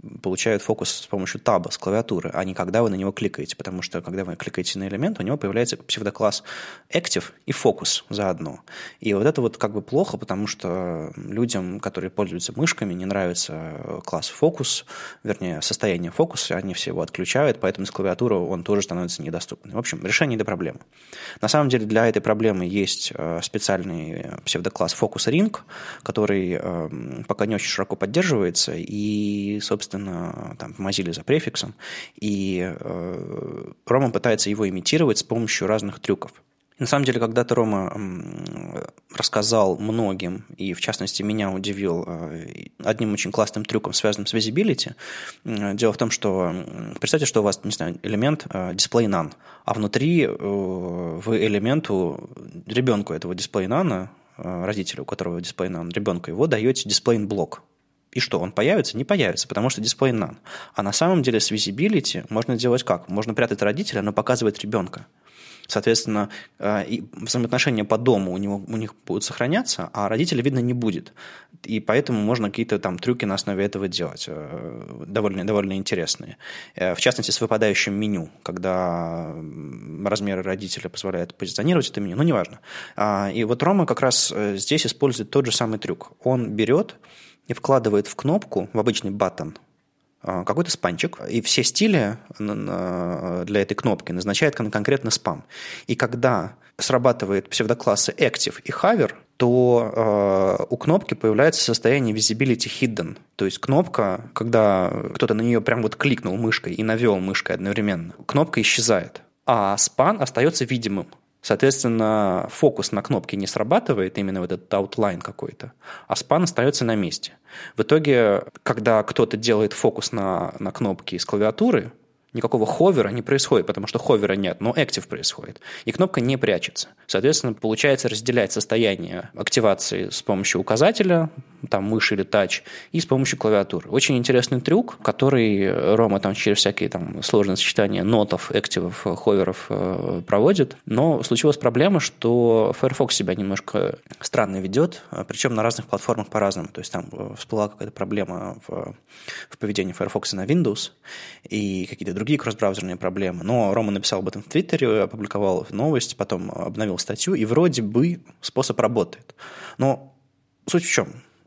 получают фокус с помощью таба, с клавиатуры, а не когда вы на него кликаете, потому что когда вы кликаете на элемент, у него появляется псевдокласс active и focus заодно. И вот это вот как бы плохо, потому что людям, которые пользуются мышками, не нравится класс focus, вернее, состояние фокуса, они все его отключают, поэтому с клавиатуры он тоже становится недоступным. В общем, решение этой проблемы. На самом деле для этой проблемы есть специальный псевдокласс Focus Ring, который пока не очень широко поддерживается, и, собственно, там в Mozilla за префиксом, и Рома пытается его имитировать с помощью разных трюков. На самом деле, когда-то Рома рассказал многим, и в частности меня удивил одним очень классным трюком, связанным с visibility. Дело в том, что представьте, что у вас, не знаю, элемент display none, а внутри вы элементу, ребенку этого display none, родителю, у которого display none, ребенку его даете display блок. И что, он появится? Не появится, потому что display none. А на самом деле с visibility можно делать как? Можно прятать родителя, но показывать ребенка. Соответственно, и взаимоотношения по дому у них будут сохраняться, а родителя видно не будет. И поэтому можно какие-то там трюки на основе этого делать, довольно интересные. В частности, с выпадающим меню, когда размеры родителя позволяют позиционировать это меню, неважно. И вот Рома как раз здесь использует тот же самый трюк. Он берет и вкладывает в кнопку, в обычный баттон, какой-то спанчик, и все стили для этой кнопки назначает конкретно спам. И когда срабатывает псевдоклассы active и hover, то у кнопки появляется состояние visibility hidden. То есть кнопка, когда кто-то на нее прям вот кликнул мышкой и навел мышкой одновременно, кнопка исчезает, а спан остается видимым. Соответственно, фокус на кнопке не срабатывает, именно вот этот outline какой-то, а спан остается на месте. В итоге, когда кто-то делает фокус на кнопке из клавиатуры, никакого ховера не происходит, потому что ховера нет, но active происходит. И кнопка не прячется. Соответственно, получается разделять состояние активации с помощью указателя, там мыши или тач, и с помощью клавиатуры. Очень интересный трюк, который Рома там через всякие там сложные сочетания нотов, активов, ховеров проводит. Но случилась проблема, что Firefox себя немножко странно ведет, причем на разных платформах по-разному. То есть там всплыла какая-то проблема в поведении Firefox на Windows и какие-то другие кросс-браузерные проблемы. Но Рома написал об этом в Твиттере, опубликовал новость, потом обновил статью, и вроде бы способ работает. Но суть в чем?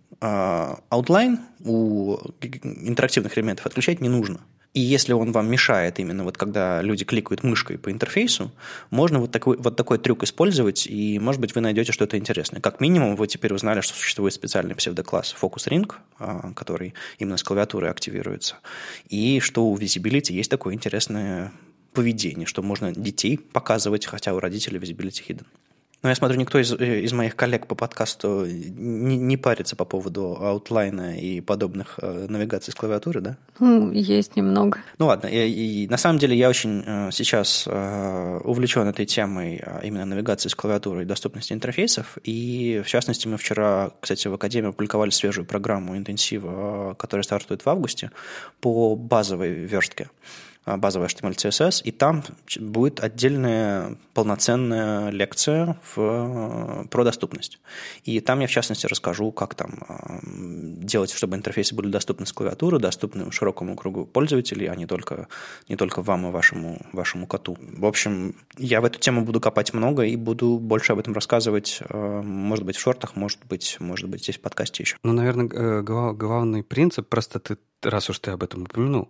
Outline у интерактивных элементов отключать не нужно. И если он вам мешает именно вот когда люди кликают мышкой по интерфейсу, можно вот такой трюк использовать, и, может быть, вы найдете что-то интересное. Как минимум, вы теперь узнали, что существует специальный псевдокласс Focus Ring, который именно с клавиатуры активируется, и что у Visibility есть такое интересное поведение, что можно детей показывать, хотя у родителей Visibility hidden. Но я смотрю, никто из моих коллег по подкасту не парится по поводу аутлайна и подобных навигаций с клавиатуры, да? Есть немного. Ну ладно, и на самом деле я очень сейчас увлечен этой темой именно навигации с клавиатурой и доступности интерфейсов. И в частности мы вчера, кстати, в Академии опубликовали свежую программу интенсива, которая стартует в августе по базовой верстке. Базовая HTML, CSS, и там будет отдельная полноценная лекция про доступность. И там я, в частности, расскажу, как там делать, чтобы интерфейсы были доступны с клавиатуры, доступны широкому кругу пользователей, а не только вам и вашему коту. В общем, я в эту тему буду копать много и буду больше об этом рассказывать, может быть, в шортах, может быть, здесь в подкасте еще. Ну, наверное, главный принцип, просто раз уж ты об этом упомянул,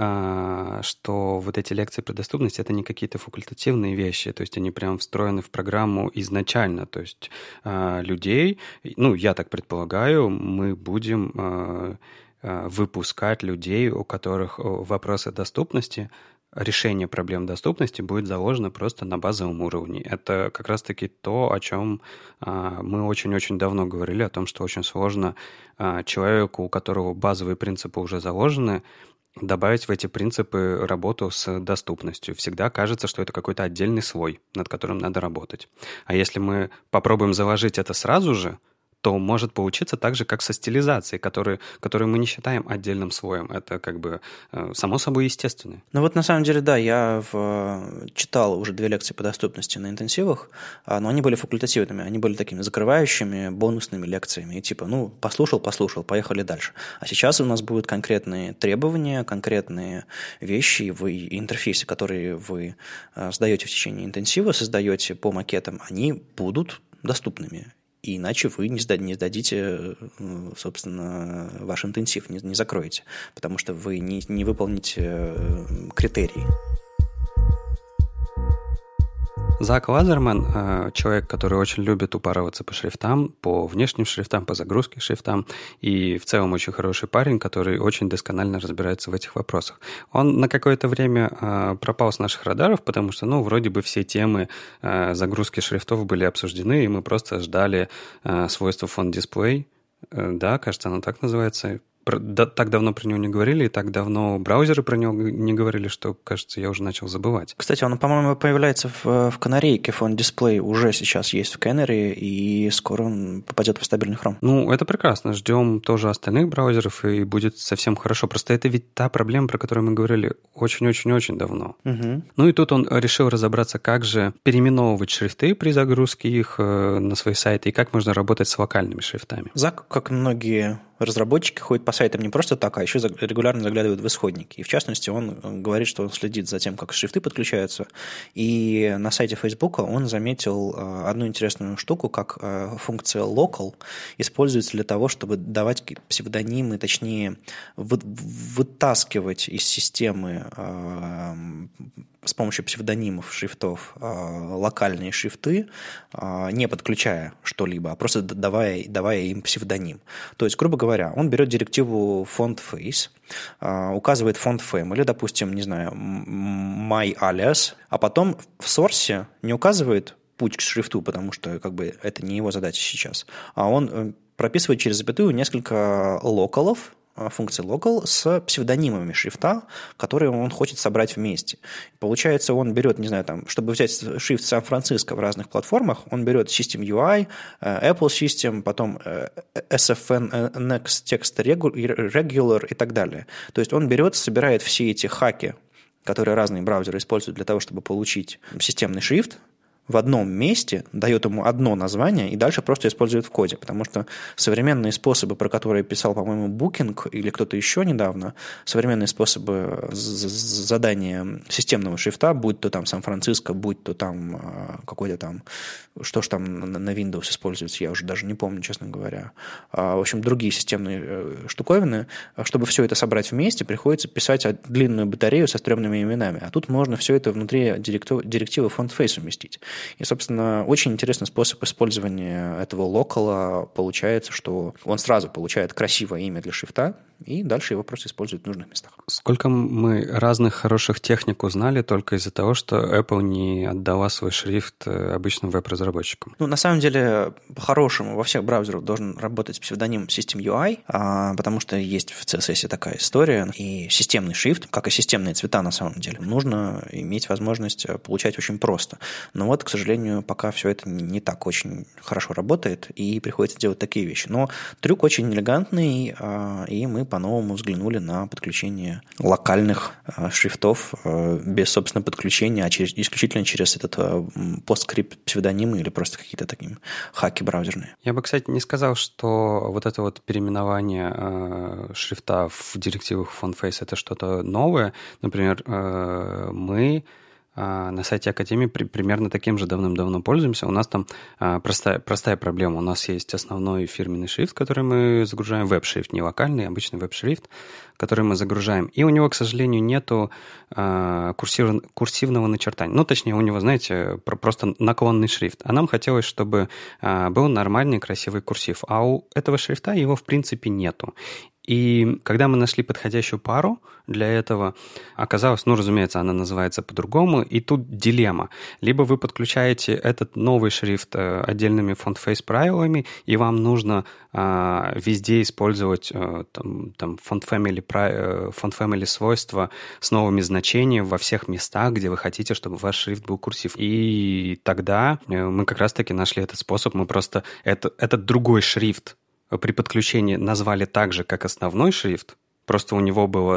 что вот эти лекции про доступность — это не какие-то факультативные вещи, то есть они прям встроены в программу изначально, то есть людей, ну, я так предполагаю, мы будем выпускать людей, у которых вопросы доступности, решение проблем доступности будет заложено просто на базовом уровне. Это как раз-таки то, о чем мы очень-очень давно говорили, о том, что очень сложно человеку, у которого базовые принципы уже заложены, добавить в эти принципы работу с доступностью. Всегда кажется, что это какой-то отдельный слой, над которым надо работать. А если мы попробуем заложить это сразу же, то может получиться так же, как со стилизацией, которую мы не считаем отдельным слоем. Это как бы само собой естественно. Ну вот на самом деле, да, я читал уже 2 лекции по доступности на интенсивах, но они были факультативными, они были такими закрывающими, бонусными лекциями. И типа, послушал, поехали дальше. А сейчас у нас будут конкретные требования, конкретные вещи в интерфейсе, которые вы сдаете в течение интенсива, создаете по макетам, они будут доступными. И иначе вы не сдадите, собственно, ваш интенсив, не закроете, потому что вы не выполните критерии. Зак Лазерман – человек, который очень любит упарываться по шрифтам, по внешним шрифтам, по загрузке шрифтам, и в целом очень хороший парень, который очень досконально разбирается в этих вопросах. Он на какое-то время пропал с наших радаров, потому что, вроде бы все темы загрузки шрифтов были обсуждены, и мы просто ждали свойства font display. Да, кажется, оно так называется. Так давно про него не говорили, и так давно браузеры про него не говорили, что, кажется, я уже начал забывать. Кстати, он, по-моему, появляется в канарейке, Font Display уже сейчас есть в Canary, и скоро он попадет в стабильный Chrome. Это прекрасно. Ждем тоже остальных браузеров, и будет совсем хорошо. Просто это ведь та проблема, про которую мы говорили очень-очень-очень давно. Угу. И тут он решил разобраться, как же переименовывать шрифты при загрузке их на свои сайты, и как можно работать с локальными шрифтами. Зак, как многие разработчики, ходят по сайтам не просто так, а еще регулярно заглядывают в исходники. И в частности, он говорит, что он следит за тем, как шрифты подключаются. И на сайте Facebook он заметил одну интересную штуку, как функция local используется для того, чтобы давать псевдонимы, точнее, вытаскивать из системы с помощью псевдонимов шрифтов локальные шрифты, не подключая что-либо, а просто давая им псевдоним. То есть, грубо говоря, он берет директиву font-face, указывает font-family, допустим, не знаю, my-alias, а потом в сорсе не указывает путь к шрифту, потому что это не его задача сейчас, а он прописывает через запятую несколько локалов, функции local с псевдонимами шрифта, которые он хочет собрать вместе. Получается, он берет, не знаю, чтобы взять шрифт Сан-Франциско в разных платформах, он берет System UI, Apple System, потом SFN, Next Text Regular и так далее. То есть он берет, собирает все эти хаки, которые разные браузеры используют для того, чтобы получить системный шрифт, в одном месте, дает ему одно название и дальше просто использует в коде, потому что современные способы, про которые писал, по-моему, Booking или кто-то еще недавно, современные способы задания системного шрифта, будь то там Сан-Франциско, будь то там какой-то там, что ж там на Windows используется, я уже даже не помню, честно говоря. В общем, другие системные штуковины, чтобы все это собрать вместе, приходится писать длинную батарею со стрёмными именами, а тут можно все это внутри директивы font-face уместить. И, собственно, очень интересный способ использования этого локала получается, что он сразу получает красивое имя для шрифта, и дальше его просто используют в нужных местах. Сколько мы разных хороших техник узнали только из-за того, что Apple не отдала свой шрифт обычным веб-разработчикам? На самом деле, по-хорошему, во всех браузерах должен работать псевдоним System UI, потому что есть в CSS такая история, и системный шрифт, как и системные цвета на самом деле, нужно иметь возможность получать очень просто. Но вот, к сожалению, пока все это не так очень хорошо работает, и приходится делать такие вещи. Но трюк очень элегантный, и мы по-новому взглянули на подключение локальных шрифтов без, собственно, подключения, а исключительно через этот постскрипт псевдонимы или просто какие-то такие хаки браузерные. Я бы, кстати, не сказал, что вот это вот переименование шрифта в директивах FontFace это что-то новое. Например, мы на сайте Академии примерно таким же давным-давно пользуемся. У нас там простая проблема. У нас есть основной фирменный шрифт, который мы загружаем, веб-шрифт, не локальный, обычный веб-шрифт, который мы загружаем. И у него, к сожалению, нету курсивного начертания. Точнее, у него, знаете, просто наклонный шрифт. А нам хотелось, чтобы был нормальный, красивый курсив. А у этого шрифта его, в принципе, нету. И когда мы нашли подходящую пару для этого, оказалось, разумеется, она называется по-другому, и тут дилемма. Либо вы подключаете этот новый шрифт отдельными font-face правилами, и вам нужно везде использовать font family свойства с новыми значениями во всех местах, где вы хотите, чтобы ваш шрифт был курсив. И тогда мы как раз-таки нашли этот способ. Мы просто этот другой шрифт при подключении назвали так же, как основной шрифт, просто у него было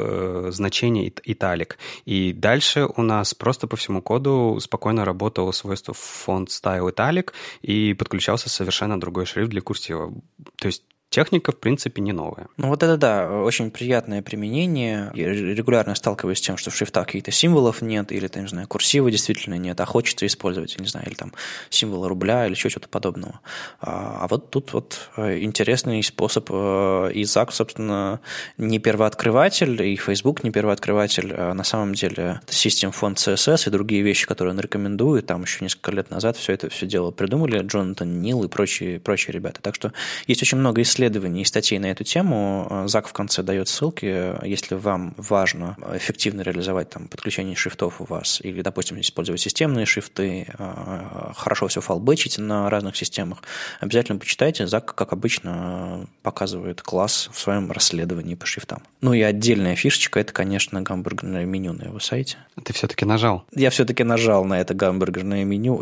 значение италик. И дальше у нас просто по всему коду спокойно работало свойство font style italic и подключался совершенно другой шрифт для курсива. То есть техника, в принципе, не новая. Ну вот это да, очень приятное применение. Я регулярно сталкиваюсь с тем, что в шрифтах каких-то символов нет, или, там, не знаю, курсива действительно нет, а хочется использовать, не знаю, или там символы рубля, или еще что-то подобного. А вот тут вот интересный способ. И Zag, собственно, не первооткрыватель, и Facebook не первооткрыватель. На самом деле System Font CSS и другие вещи, которые он рекомендует, там еще несколько лет назад все дело придумали Джонатан Нил и прочие ребята. Так что есть очень много исследований и статей на эту тему. Zag в конце дает ссылки, если вам важно эффективно реализовать там подключение шрифтов у вас, или, допустим, использовать системные шрифты, хорошо все файлбэчить на разных системах, обязательно почитайте. Zag, как обычно, показывает класс в своем расследовании по шрифтам. Ну и отдельная фишечка – это, конечно, гамбургерное меню на его сайте. Ты все-таки нажал? Я все-таки нажал на это гамбургерное меню,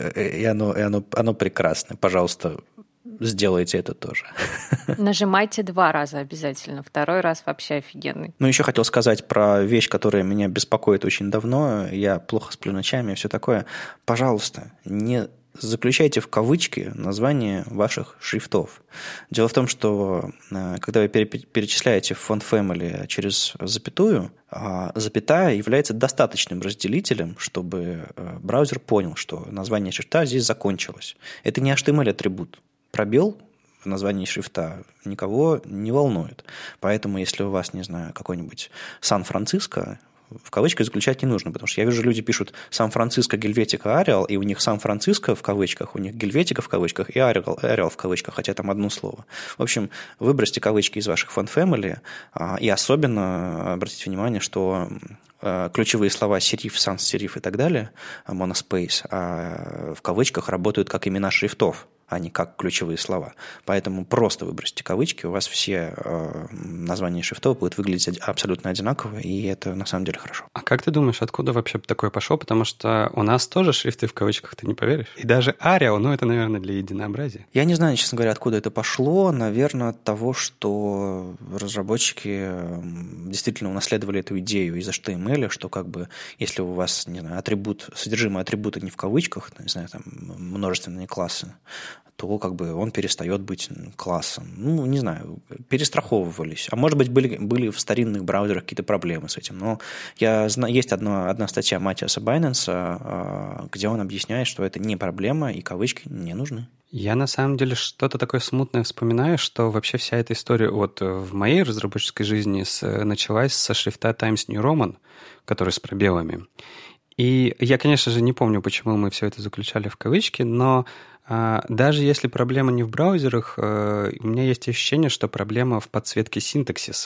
и оно прекрасное. Пожалуйста, сделайте это тоже. Нажимайте 2 раза обязательно. 2-й раз вообще офигенный. Ну, еще хотел сказать про вещь, которая меня беспокоит очень давно. Я плохо сплю ночами и все такое. Пожалуйста, не заключайте в кавычки название ваших шрифтов. Дело в том, что когда вы перечисляете font family через запятую, запятая является достаточным разделителем, чтобы браузер понял, что название шрифта здесь закончилось. Это не HTML-атрибут. Пробел в названии шрифта никого не волнует. Поэтому, если у вас, не знаю, какой-нибудь Сан-Франциско, в кавычках заключать не нужно, потому что я вижу, люди пишут Сан-Франциско, Гельветика, Ариал, и у них Сан-Франциско в кавычках, у них Гельветика в кавычках и Ариал в кавычках, хотя там одно слово. В общем, выбросьте кавычки из ваших font family, и особенно обратите внимание, что ключевые слова сериф, sans-сериф и так далее, monospace, в кавычках работают как имена шрифтов, а не как ключевые слова. Поэтому просто выбросьте кавычки, у вас все названия шрифтов будут выглядеть абсолютно одинаково, и это на самом деле хорошо. А как ты думаешь, откуда вообще такое пошло? Потому что у нас тоже шрифты в кавычках, ты не поверишь. И даже Arial, это, наверное, для единообразия. Я не знаю, честно говоря, откуда это пошло. Наверное, от того, что разработчики действительно унаследовали эту идею из HTML, что как бы если у вас, не знаю, содержимое атрибута не в кавычках, не знаю, там множественные классы, то как бы он перестает быть классом. Не знаю, перестраховывались. А может быть, были в старинных браузерах какие-то проблемы с этим. Но есть одна статья Матиаса Байненса, где он объясняет, что это не проблема, и кавычки не нужны. Я на самом деле что-то такое смутное вспоминаю, что вообще вся эта история в моей разработческой жизни началась со шрифта Times New Roman, который с пробелами. И я, конечно же, не помню, почему мы все это заключали в кавычки, но даже если проблема не в браузерах, у меня есть ощущение, что проблема в подсветке синтаксиса.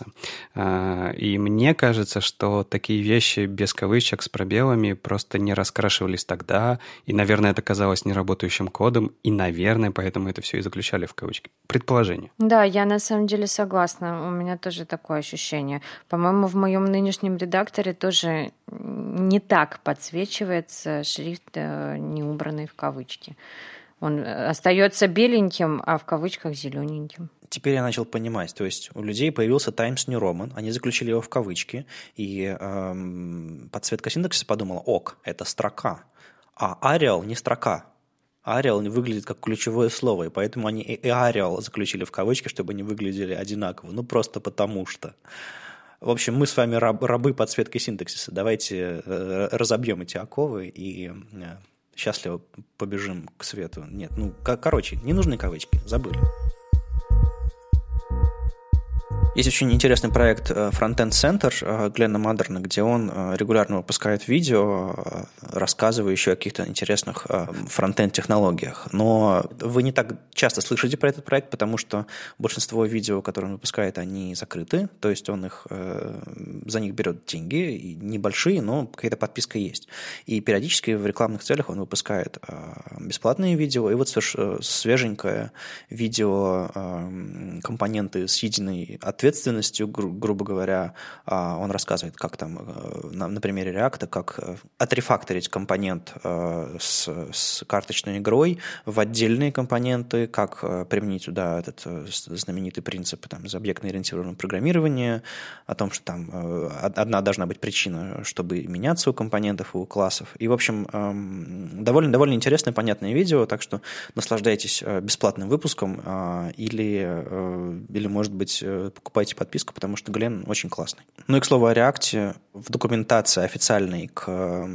И мне кажется, что такие вещи без кавычек с пробелами просто не раскрашивались тогда, и, наверное, это казалось неработающим кодом, и, наверное, поэтому это все и заключали в кавычки. Предположение. Да, я на самом деле согласна. У меня тоже такое ощущение. По-моему, в моем нынешнем редакторе тоже не так подсвечивается шрифт, не убранный в кавычки. Он остается беленьким, а в кавычках зелененьким. Теперь я начал понимать. То есть у людей появился Times New Roman, они заключили его в кавычки, и подсветка синтаксиса подумала: ок, это строка. А Arial не строка. Arial выглядит как ключевое слово, и поэтому они и Arial заключили в кавычки, чтобы они выглядели одинаково. Просто потому что. В общем, мы с вами рабы подсветки синтаксиса. Давайте разобьем эти оковы и счастливо побежим к свету. Нет, не нужны кавычки, забыли. Есть очень интересный проект Frontend Center Гленна Мадерна, где он регулярно выпускает видео, рассказывающие о каких-то интересных фронтенд-технологиях. Но вы не так часто слышите про этот проект, потому что большинство видео, которые он выпускает, они закрыты, то есть он за них берет деньги, небольшие, но какая-то подписка есть. И периодически в рекламных целях он выпускает бесплатные видео, и вот свеженькое видео компоненты с единой ответственностью, грубо говоря, он рассказывает, как там на примере React, как отрефакторить компонент с карточной игрой в отдельные компоненты, как применить туда этот знаменитый принцип из объектно-ориентированного программирования, о том, что там одна должна быть причина, чтобы меняться у компонентов, у классов. И, в общем, довольно интересное, понятное видео, так что наслаждайтесь бесплатным выпуском или, может быть, покупайте подписку, потому что Глен очень классный. Ну и, к слову, о React. В документации официальной к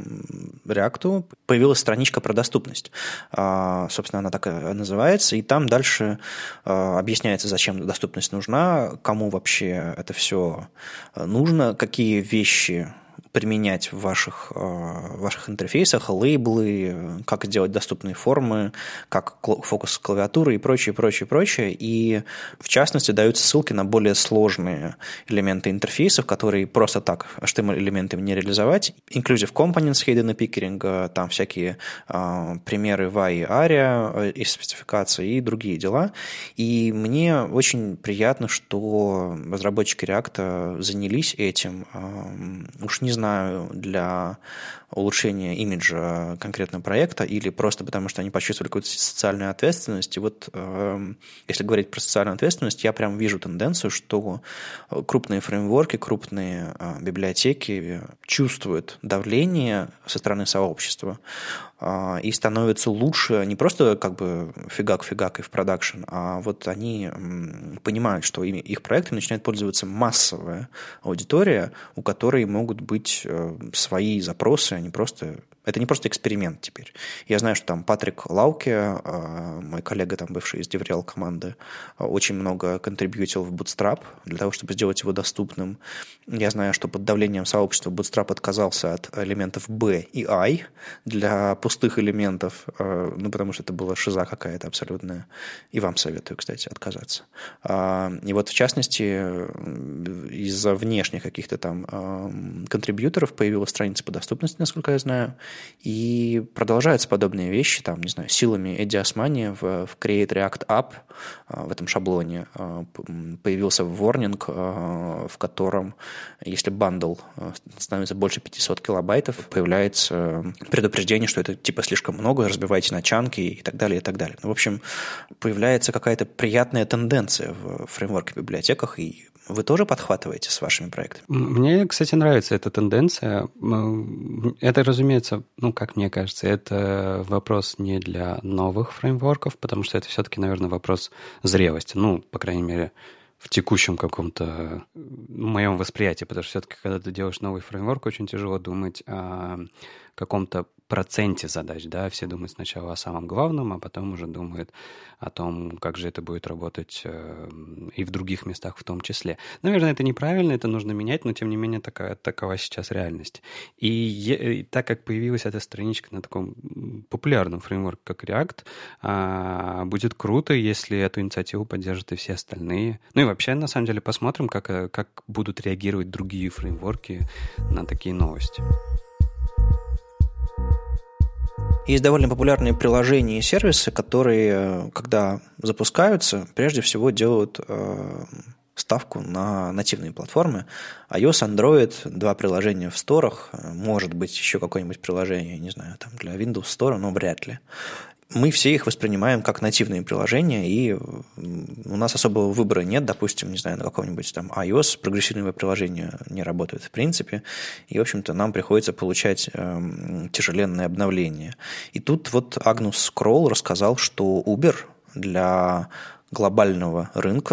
React появилась страничка про доступность. Собственно, она так и называется, и там дальше объясняется, зачем доступность нужна, кому вообще это все нужно, какие вещи применять в ваших интерфейсах, лейблы, как сделать доступные формы, как фокус клавиатуры и прочее. И, в частности, даются ссылки на более сложные элементы интерфейсов, которые просто так HTML-элементами не реализовать. Inclusive Components, Hidden Pickering, там всякие примеры VAI и ARIA из спецификации и другие дела. И мне очень приятно, что разработчики React занялись этим. Уж не знаю, для улучшения имиджа конкретного проекта или просто потому, что они почувствовали какую-то социальную ответственность. И вот если говорить про социальную ответственность, я прям вижу тенденцию, что крупные фреймворки, крупные библиотеки чувствуют давление со стороны сообщества и становятся лучше не просто фигак и в продакшн, а вот они понимают, что их проектами начинает пользоваться массовая аудитория, у которой могут быть свои запросы, это не просто эксперимент теперь. Я знаю, что там Патрик Лауке, мой коллега, бывший из DevRel команды, очень много контрибьютил в Bootstrap для того, чтобы сделать его доступным. Я знаю, что под давлением сообщества Bootstrap отказался от элементов B и I для пустых элементов, потому что это была шиза какая-то абсолютная. И вам советую, кстати, отказаться. И вот, в частности, из-за внешних каких-то там контрибьюторов появилась страница по доступности, насколько я знаю, и продолжаются подобные вещи, силами Эдди Османи в Create React App в этом шаблоне появился ворнинг, в котором, если бандл становится больше 500 килобайтов, появляется предупреждение, что это слишком много, разбивайте на чанки и так далее, и так далее. В общем, появляется какая-то приятная тенденция в фреймворке-библиотеках, и вы тоже подхватываете с вашими проектами? Мне, кстати, нравится эта тенденция. Это, разумеется, как мне кажется, это вопрос не для новых фреймворков, потому что это все-таки, наверное, вопрос зрелости. По крайней мере, в текущем каком-то моем восприятии, потому что все-таки, когда ты делаешь новый фреймворк, очень тяжело думать о каком-то проценте задач, да, все думают сначала о самом главном, а потом уже думают о том, как же это будет работать и в других местах в том числе. Наверное, это неправильно, это нужно менять, но тем не менее такова сейчас реальность. И так как появилась эта страничка на таком популярном фреймворке, как React, будет круто, если эту инициативу поддержат и все остальные. И вообще, на самом деле, посмотрим, как будут реагировать другие фреймворки на такие новости. Есть довольно популярные приложения и сервисы, которые, когда запускаются, прежде всего делают ставку на нативные платформы. iOS, Android, 2 приложения в сторах, может быть, еще какое-нибудь приложение, не знаю, для Windows Store, но вряд ли. Мы все их воспринимаем как нативные приложения, и у нас особого выбора нет. Допустим, не знаю, на каком-нибудь iOS прогрессивные приложения не работают в принципе, и, в общем-то, нам приходится получать тяжеленные обновления. И тут Агнус Кролл рассказал, что Uber для глобального рынка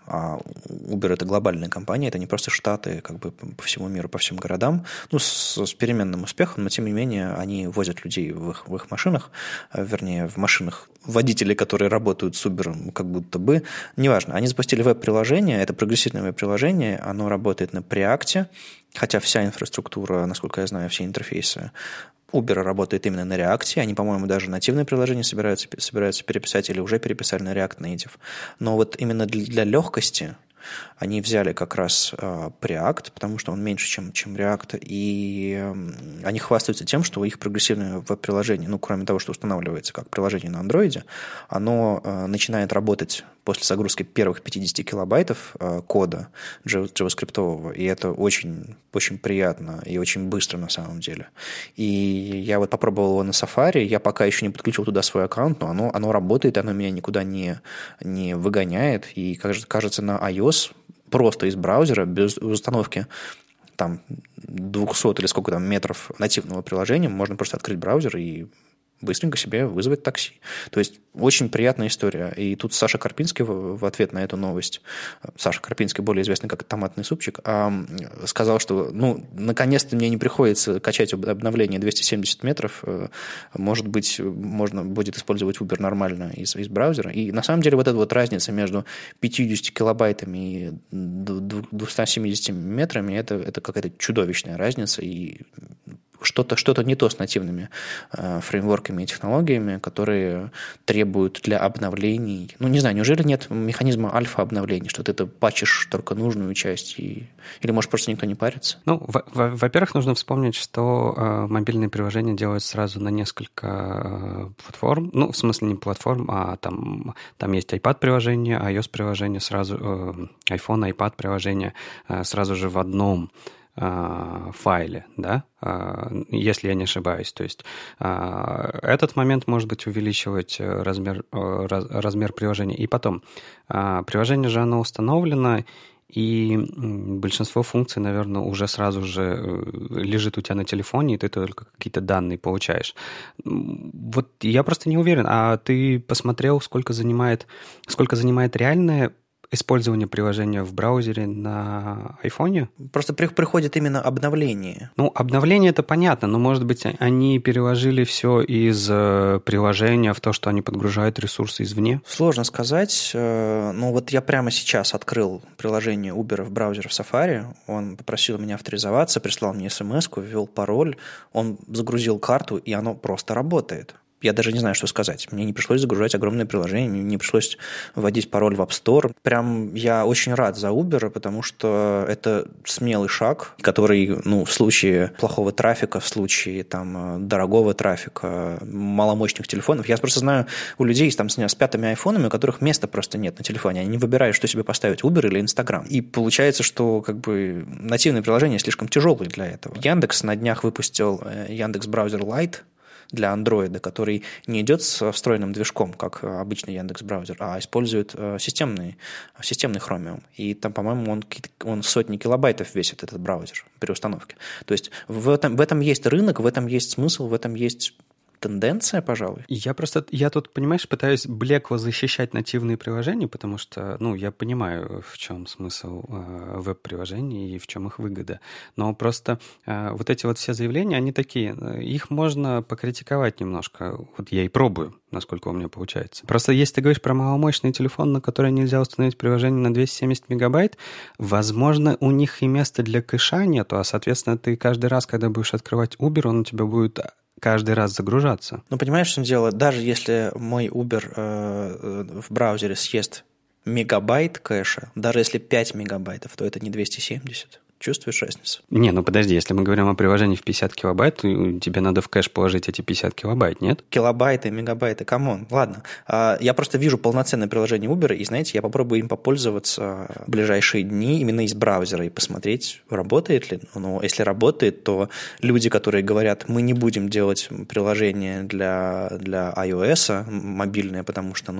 а Uber – это глобальная компания, это не просто Штаты как бы по всему миру, по всем городам, ну, с переменным успехом, но тем не менее они возят людей в их машинах, вернее, в машинах водителей, которые работают с Uber, как будто бы, неважно. Они запустили веб-приложение, это прогрессивное веб-приложение, оно работает на Preact, хотя вся инфраструктура, насколько я знаю, все интерфейсы Uber работает именно на React, они, по-моему, даже нативное приложение собираются переписать или уже переписали на React Native. Но вот именно для легкости они взяли как раз Preact, потому что он меньше, чем React, и они хвастаются тем, что их прогрессивное веб-приложение, ну, кроме того, что устанавливается как приложение на Android, оно начинает работать после загрузки первых 50 килобайтов кода JavaScript, и это очень, очень приятно и очень быстро на самом деле. И я вот попробовал его на Safari, я пока еще не подключил туда свой аккаунт, но оно работает, оно меня никуда не выгоняет, и, кажется, на iOS просто из браузера, без установки там 200 или сколько там метров нативного приложения, можно просто открыть браузер и быстренько себе вызвать такси. То есть очень приятная история. И тут Саша Карпинский в ответ на эту новость, Саша Карпинский, более известный как «Томатный супчик», сказал, что наконец-то мне не приходится качать обновление 270 метров, может быть, можно будет использовать Uber нормально из браузера. И на самом деле вот эта вот разница между 50 килобайтами и 270 метрами, это какая-то чудовищная разница, и что-то не то с нативными фреймворками и технологиями, которые требуют для обновлений. Ну, не знаю, неужели нет механизма альфа-обновлений, что ты это патчишь только нужную часть, или, может, просто никто не парится? Ну, во-первых, нужно вспомнить, что мобильные приложения делают сразу на несколько платформ. Ну, в смысле не платформ, а там есть iPad-приложение, iOS-приложение, сразу iPhone, iPad-приложение сразу же в одном файле, да, если я не ошибаюсь. То есть этот момент, может быть, увеличивать размер приложения. И потом, приложение же оно установлено, и большинство функций, наверное, уже сразу же лежит у тебя на телефоне, и ты только какие-то данные получаешь. Вот я просто не уверен. А ты посмотрел, сколько занимает реальное использование приложения в браузере на айфоне? Просто приходит именно обновление. Ну, обновление это понятно, но, может быть, они переложили все из приложения в то, что они подгружают ресурсы извне? Сложно сказать. Ну, вот я прямо сейчас открыл приложение Uber в браузере в Safari. Он попросил меня авторизоваться, прислал мне смс-ку, ввел пароль, он загрузил карту, и оно просто работает. Я даже не знаю, что сказать. Мне не пришлось загружать огромное приложение, не пришлось вводить пароль в App Store. Прям я очень рад за Uber, потому что это смелый шаг, который, в случае плохого трафика, в случае там дорогого трафика, маломощных телефонов. Я просто знаю у людей с 5 айфонами, у которых места просто нет на телефоне. Они не выбирают, что себе поставить, Uber или Instagram. И получается, что как бы нативное приложение слишком тяжелое для этого. Яндекс на днях выпустил Яндекс Браузер Lite для Android, который не идет с встроенным движком, как обычный Яндекс.Браузер, а использует системный Chromium. И там, по-моему, он сотни килобайтов весит, этот браузер, при установке. То есть в этом есть рынок, в этом есть смысл, в этом есть тенденция, пожалуй. Я тут, понимаешь, пытаюсь блекло защищать нативные приложения, потому что, я понимаю, в чем смысл веб-приложений и в чем их выгода. Но просто вот эти вот все заявления, они такие, их можно покритиковать немножко. Вот я и пробую, насколько у меня получается. Просто если ты говоришь про маломощный телефон, на который нельзя установить приложение на 270 мегабайт, возможно, у них и места для кэша нету, а, соответственно, ты каждый раз, когда будешь открывать Uber, он у тебя будет каждый раз загружаться. Понимаешь, в чем дело? Даже если мой Uber в браузере съест мегабайт кэша, даже если 5 мегабайтов, то это не 270. Чувствуешь разницу? Не, подожди, если мы говорим о приложении в 50 килобайт, то тебе надо в кэш положить эти 50 килобайт, нет? Килобайты, мегабайты, камон. Ладно. Я просто вижу полноценное приложение Uber, и, знаете, я попробую им попользоваться в ближайшие дни именно из браузера и посмотреть, работает ли. Но если работает, то люди, которые говорят, мы не будем делать приложение для iOS мобильное, потому что,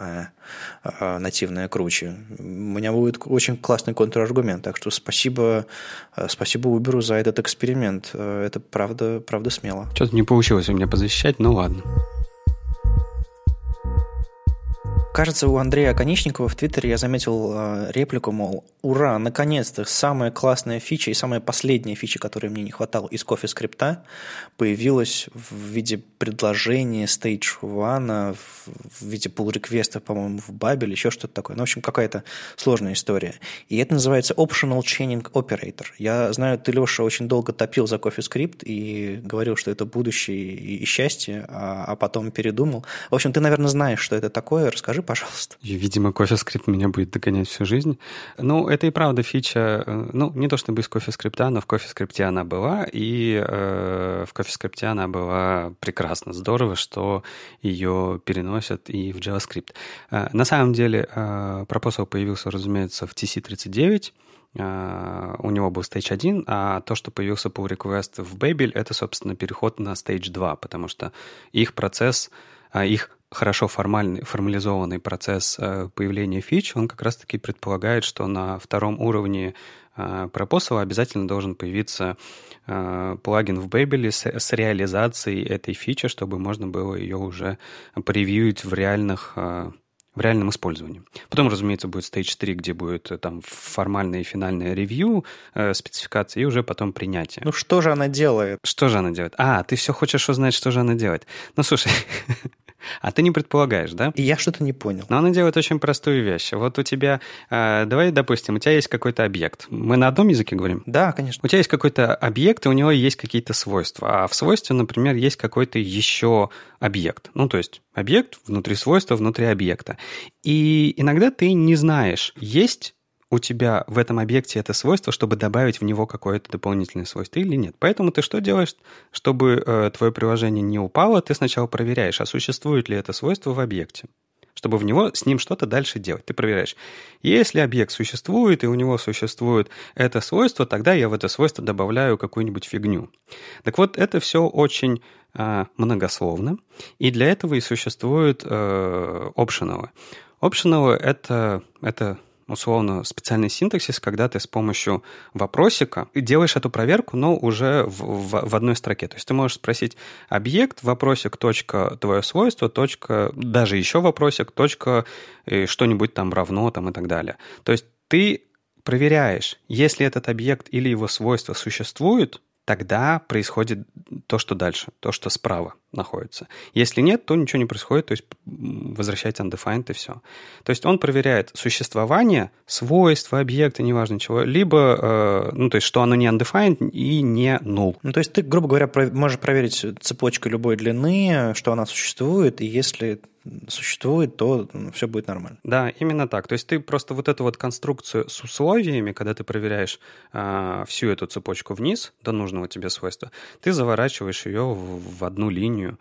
нативное круче. У меня будет очень классный контраргумент, так что спасибо Uber за этот эксперимент. Это правда смело. Что-то не получилось у меня позащищать, ладно. Кажется, у Андрея Конечникова в Твиттере я заметил реплику, мол, ура, наконец-то самая классная фича и самая последняя фича, которой мне не хватало из CoffeeScript, появилась в виде предложения Stage 1, в виде pull-реквеста, по-моему, в Babel, еще что-то такое. Ну, в общем, какая-то сложная история. И это называется Optional Chaining Operator. Я знаю, ты, Леша, очень долго топил за CoffeeScript и говорил, что это будущее и счастье, а потом передумал. В общем, ты, наверное, знаешь, что это такое. Расскажи, пожалуйста. И, видимо, CoffeeScript меня будет догонять всю жизнь. Ну, это и правда фича, ну, не то чтобы из CoffeeScript, но в CoffeeScript она была, и в CoffeeScript она была прекрасно. Здорово, что ее переносят и в JavaScript. На самом деле, Proposal появился, разумеется, в TC39, у него был Stage 1, а то, что появился pull request в Babel, это, собственно, переход на Stage 2, потому что их процесс, их хорошо формализованный процесс появления фич, он как раз-таки предполагает, что на втором уровне Proposal обязательно должен появиться плагин в Babel с реализацией этой фичи, чтобы можно было ее уже превьюить в реальном использовании. Потом, разумеется, будет Stage 3, где будет там формальное и финальное ревью спецификации, и уже потом принятие. Ну, что же она делает? Что же она делает? Ты все хочешь узнать, что же она делает. Ну, слушай, а ты не предполагаешь, да? И я что-то не понял. Но она делает очень простую вещь. Вот у тебя, давай, допустим, у тебя есть какой-то объект. Мы на одном языке говорим? Да, конечно. У тебя есть какой-то объект, и у него есть какие-то свойства. А в свойстве, например, есть какой-то еще объект. Ну, то есть объект внутри свойства, внутри объекта. И иногда ты не знаешь, есть у тебя в этом объекте это свойство, чтобы добавить в него какое-то дополнительное свойство или нет. Поэтому ты что делаешь? Чтобы твое приложение не упало, ты сначала проверяешь, а существует ли это свойство в объекте. Чтобы с ним что-то дальше делать. Ты проверяешь. Если объект существует, и у него существует это свойство, тогда я в это свойство добавляю какую-нибудь фигню. Так вот, это все очень многословно, и для этого и существуют опшеналы. Опшеналы — это условно специальный синтаксис, когда ты с помощью вопросика делаешь эту проверку, но уже в одной строке. То есть ты можешь спросить объект, вопросик, точка, твое свойство, точка, даже еще вопросик, точка, что-нибудь там равно там и так далее. То есть ты проверяешь, если этот объект или его свойство существует, тогда происходит то, что дальше, то, что справа находится. Если нет, то ничего не происходит, то есть возвращается undefined и все. То есть он проверяет существование, свойства, объекта, неважно чего, либо, то есть что оно не undefined и не null. Ну, то есть ты, грубо говоря, можешь проверить цепочку любой длины, что она существует, и если существует, то все будет нормально. Да, именно так. То есть ты просто вот эту вот конструкцию с условиями, когда ты проверяешь всю эту цепочку вниз до нужного тебе свойства, ты заворачиваешь ее в одну линию,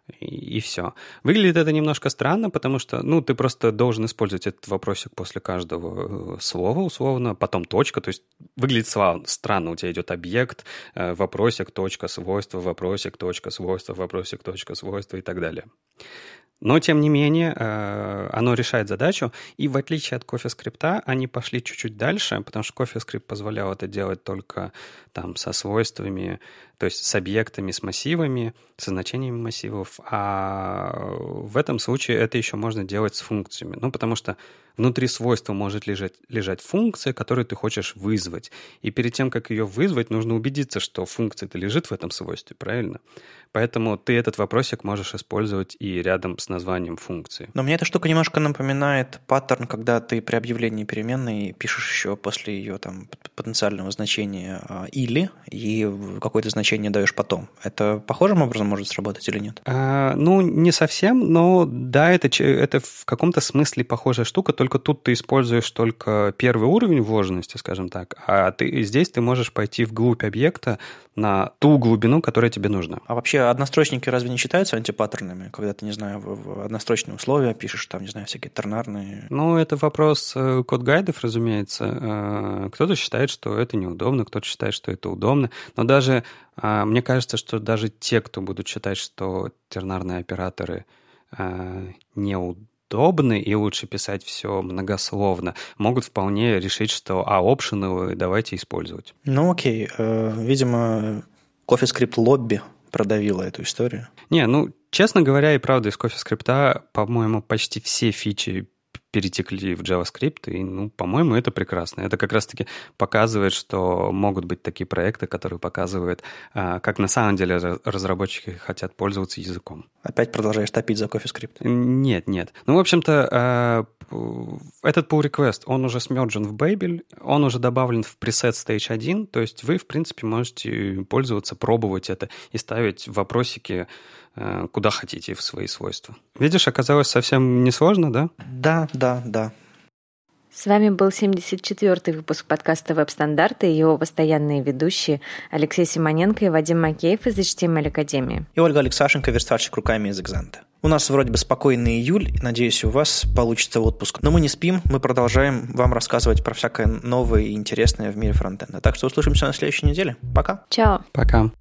и все. Выглядит это немножко странно, потому что, ты просто должен использовать этот вопросик после каждого слова, условно, потом точка, то есть выглядит странно, у тебя идет объект, вопросик, точка, свойство, вопросик, точка, свойство, вопросик, точка, свойство и так далее. Но, тем не менее, оно решает задачу, и в отличие от CoffeeScript, они пошли чуть-чуть дальше, потому что CoffeeScript позволял это делать только там со свойствами, то есть с объектами, с массивами, со значениями массивов, а в этом случае это еще можно делать с функциями, потому что внутри свойства может лежать функция, которую ты хочешь вызвать, и перед тем, как ее вызвать, нужно убедиться, что функция-то лежит в этом свойстве, правильно? Поэтому ты этот вопросик можешь использовать и рядом с названием функции. Но мне эта штука немножко напоминает паттерн, когда ты при объявлении переменной пишешь еще после ее там потенциального значения «или», и какое-то значение даешь потом. Это похожим образом может сработать или нет? Не совсем, но да, это в каком-то смысле похожая штука, только тут ты используешь только первый уровень вложенности, скажем так, а здесь ты можешь пойти вглубь объекта на ту глубину, которая тебе нужна. А вообще однострочники разве не считаются антипаттернами, когда ты, не знаю, в однострочные условия пишешь, там, не знаю, всякие тернарные? Это вопрос код-гайдов, разумеется. Кто-то считает, что это неудобно, кто-то считает, что это удобно, но даже, мне кажется, что даже те, кто будут считать, что тернарные операторы неудобны и лучше писать все многословно, могут вполне решить, что опшены давайте использовать. Окей. Видимо, CoffeeScript лобби продавила эту историю. честно говоря, и правда, из CoffeeScript, по-моему, почти все фичи перетекли в JavaScript, и, по-моему, это прекрасно. Это как раз-таки показывает, что могут быть такие проекты, которые показывают, как на самом деле разработчики хотят пользоваться языком. Опять продолжаешь топить за CoffeeScript? Нет. В общем-то, этот pull request, он уже смерджен в Babel, он уже добавлен в preset stage 1, то есть вы, в принципе, можете пользоваться, пробовать это и ставить вопросики куда хотите в свои свойства. Видишь, оказалось совсем несложно, да? Да. С вами был 74-й выпуск подкаста «Веб-стандарты» и его постоянные ведущие Алексей Симоненко и Вадим Макеев из HTML Академии. И Ольга Алексашенко, верстальщик руками из Экзанта. У нас вроде бы спокойный июль, и, надеюсь, у вас получится отпуск. Но мы не спим, мы продолжаем вам рассказывать про всякое новое и интересное в мире фронтенда. Так что услышимся на следующей неделе. Пока. Чао. Пока.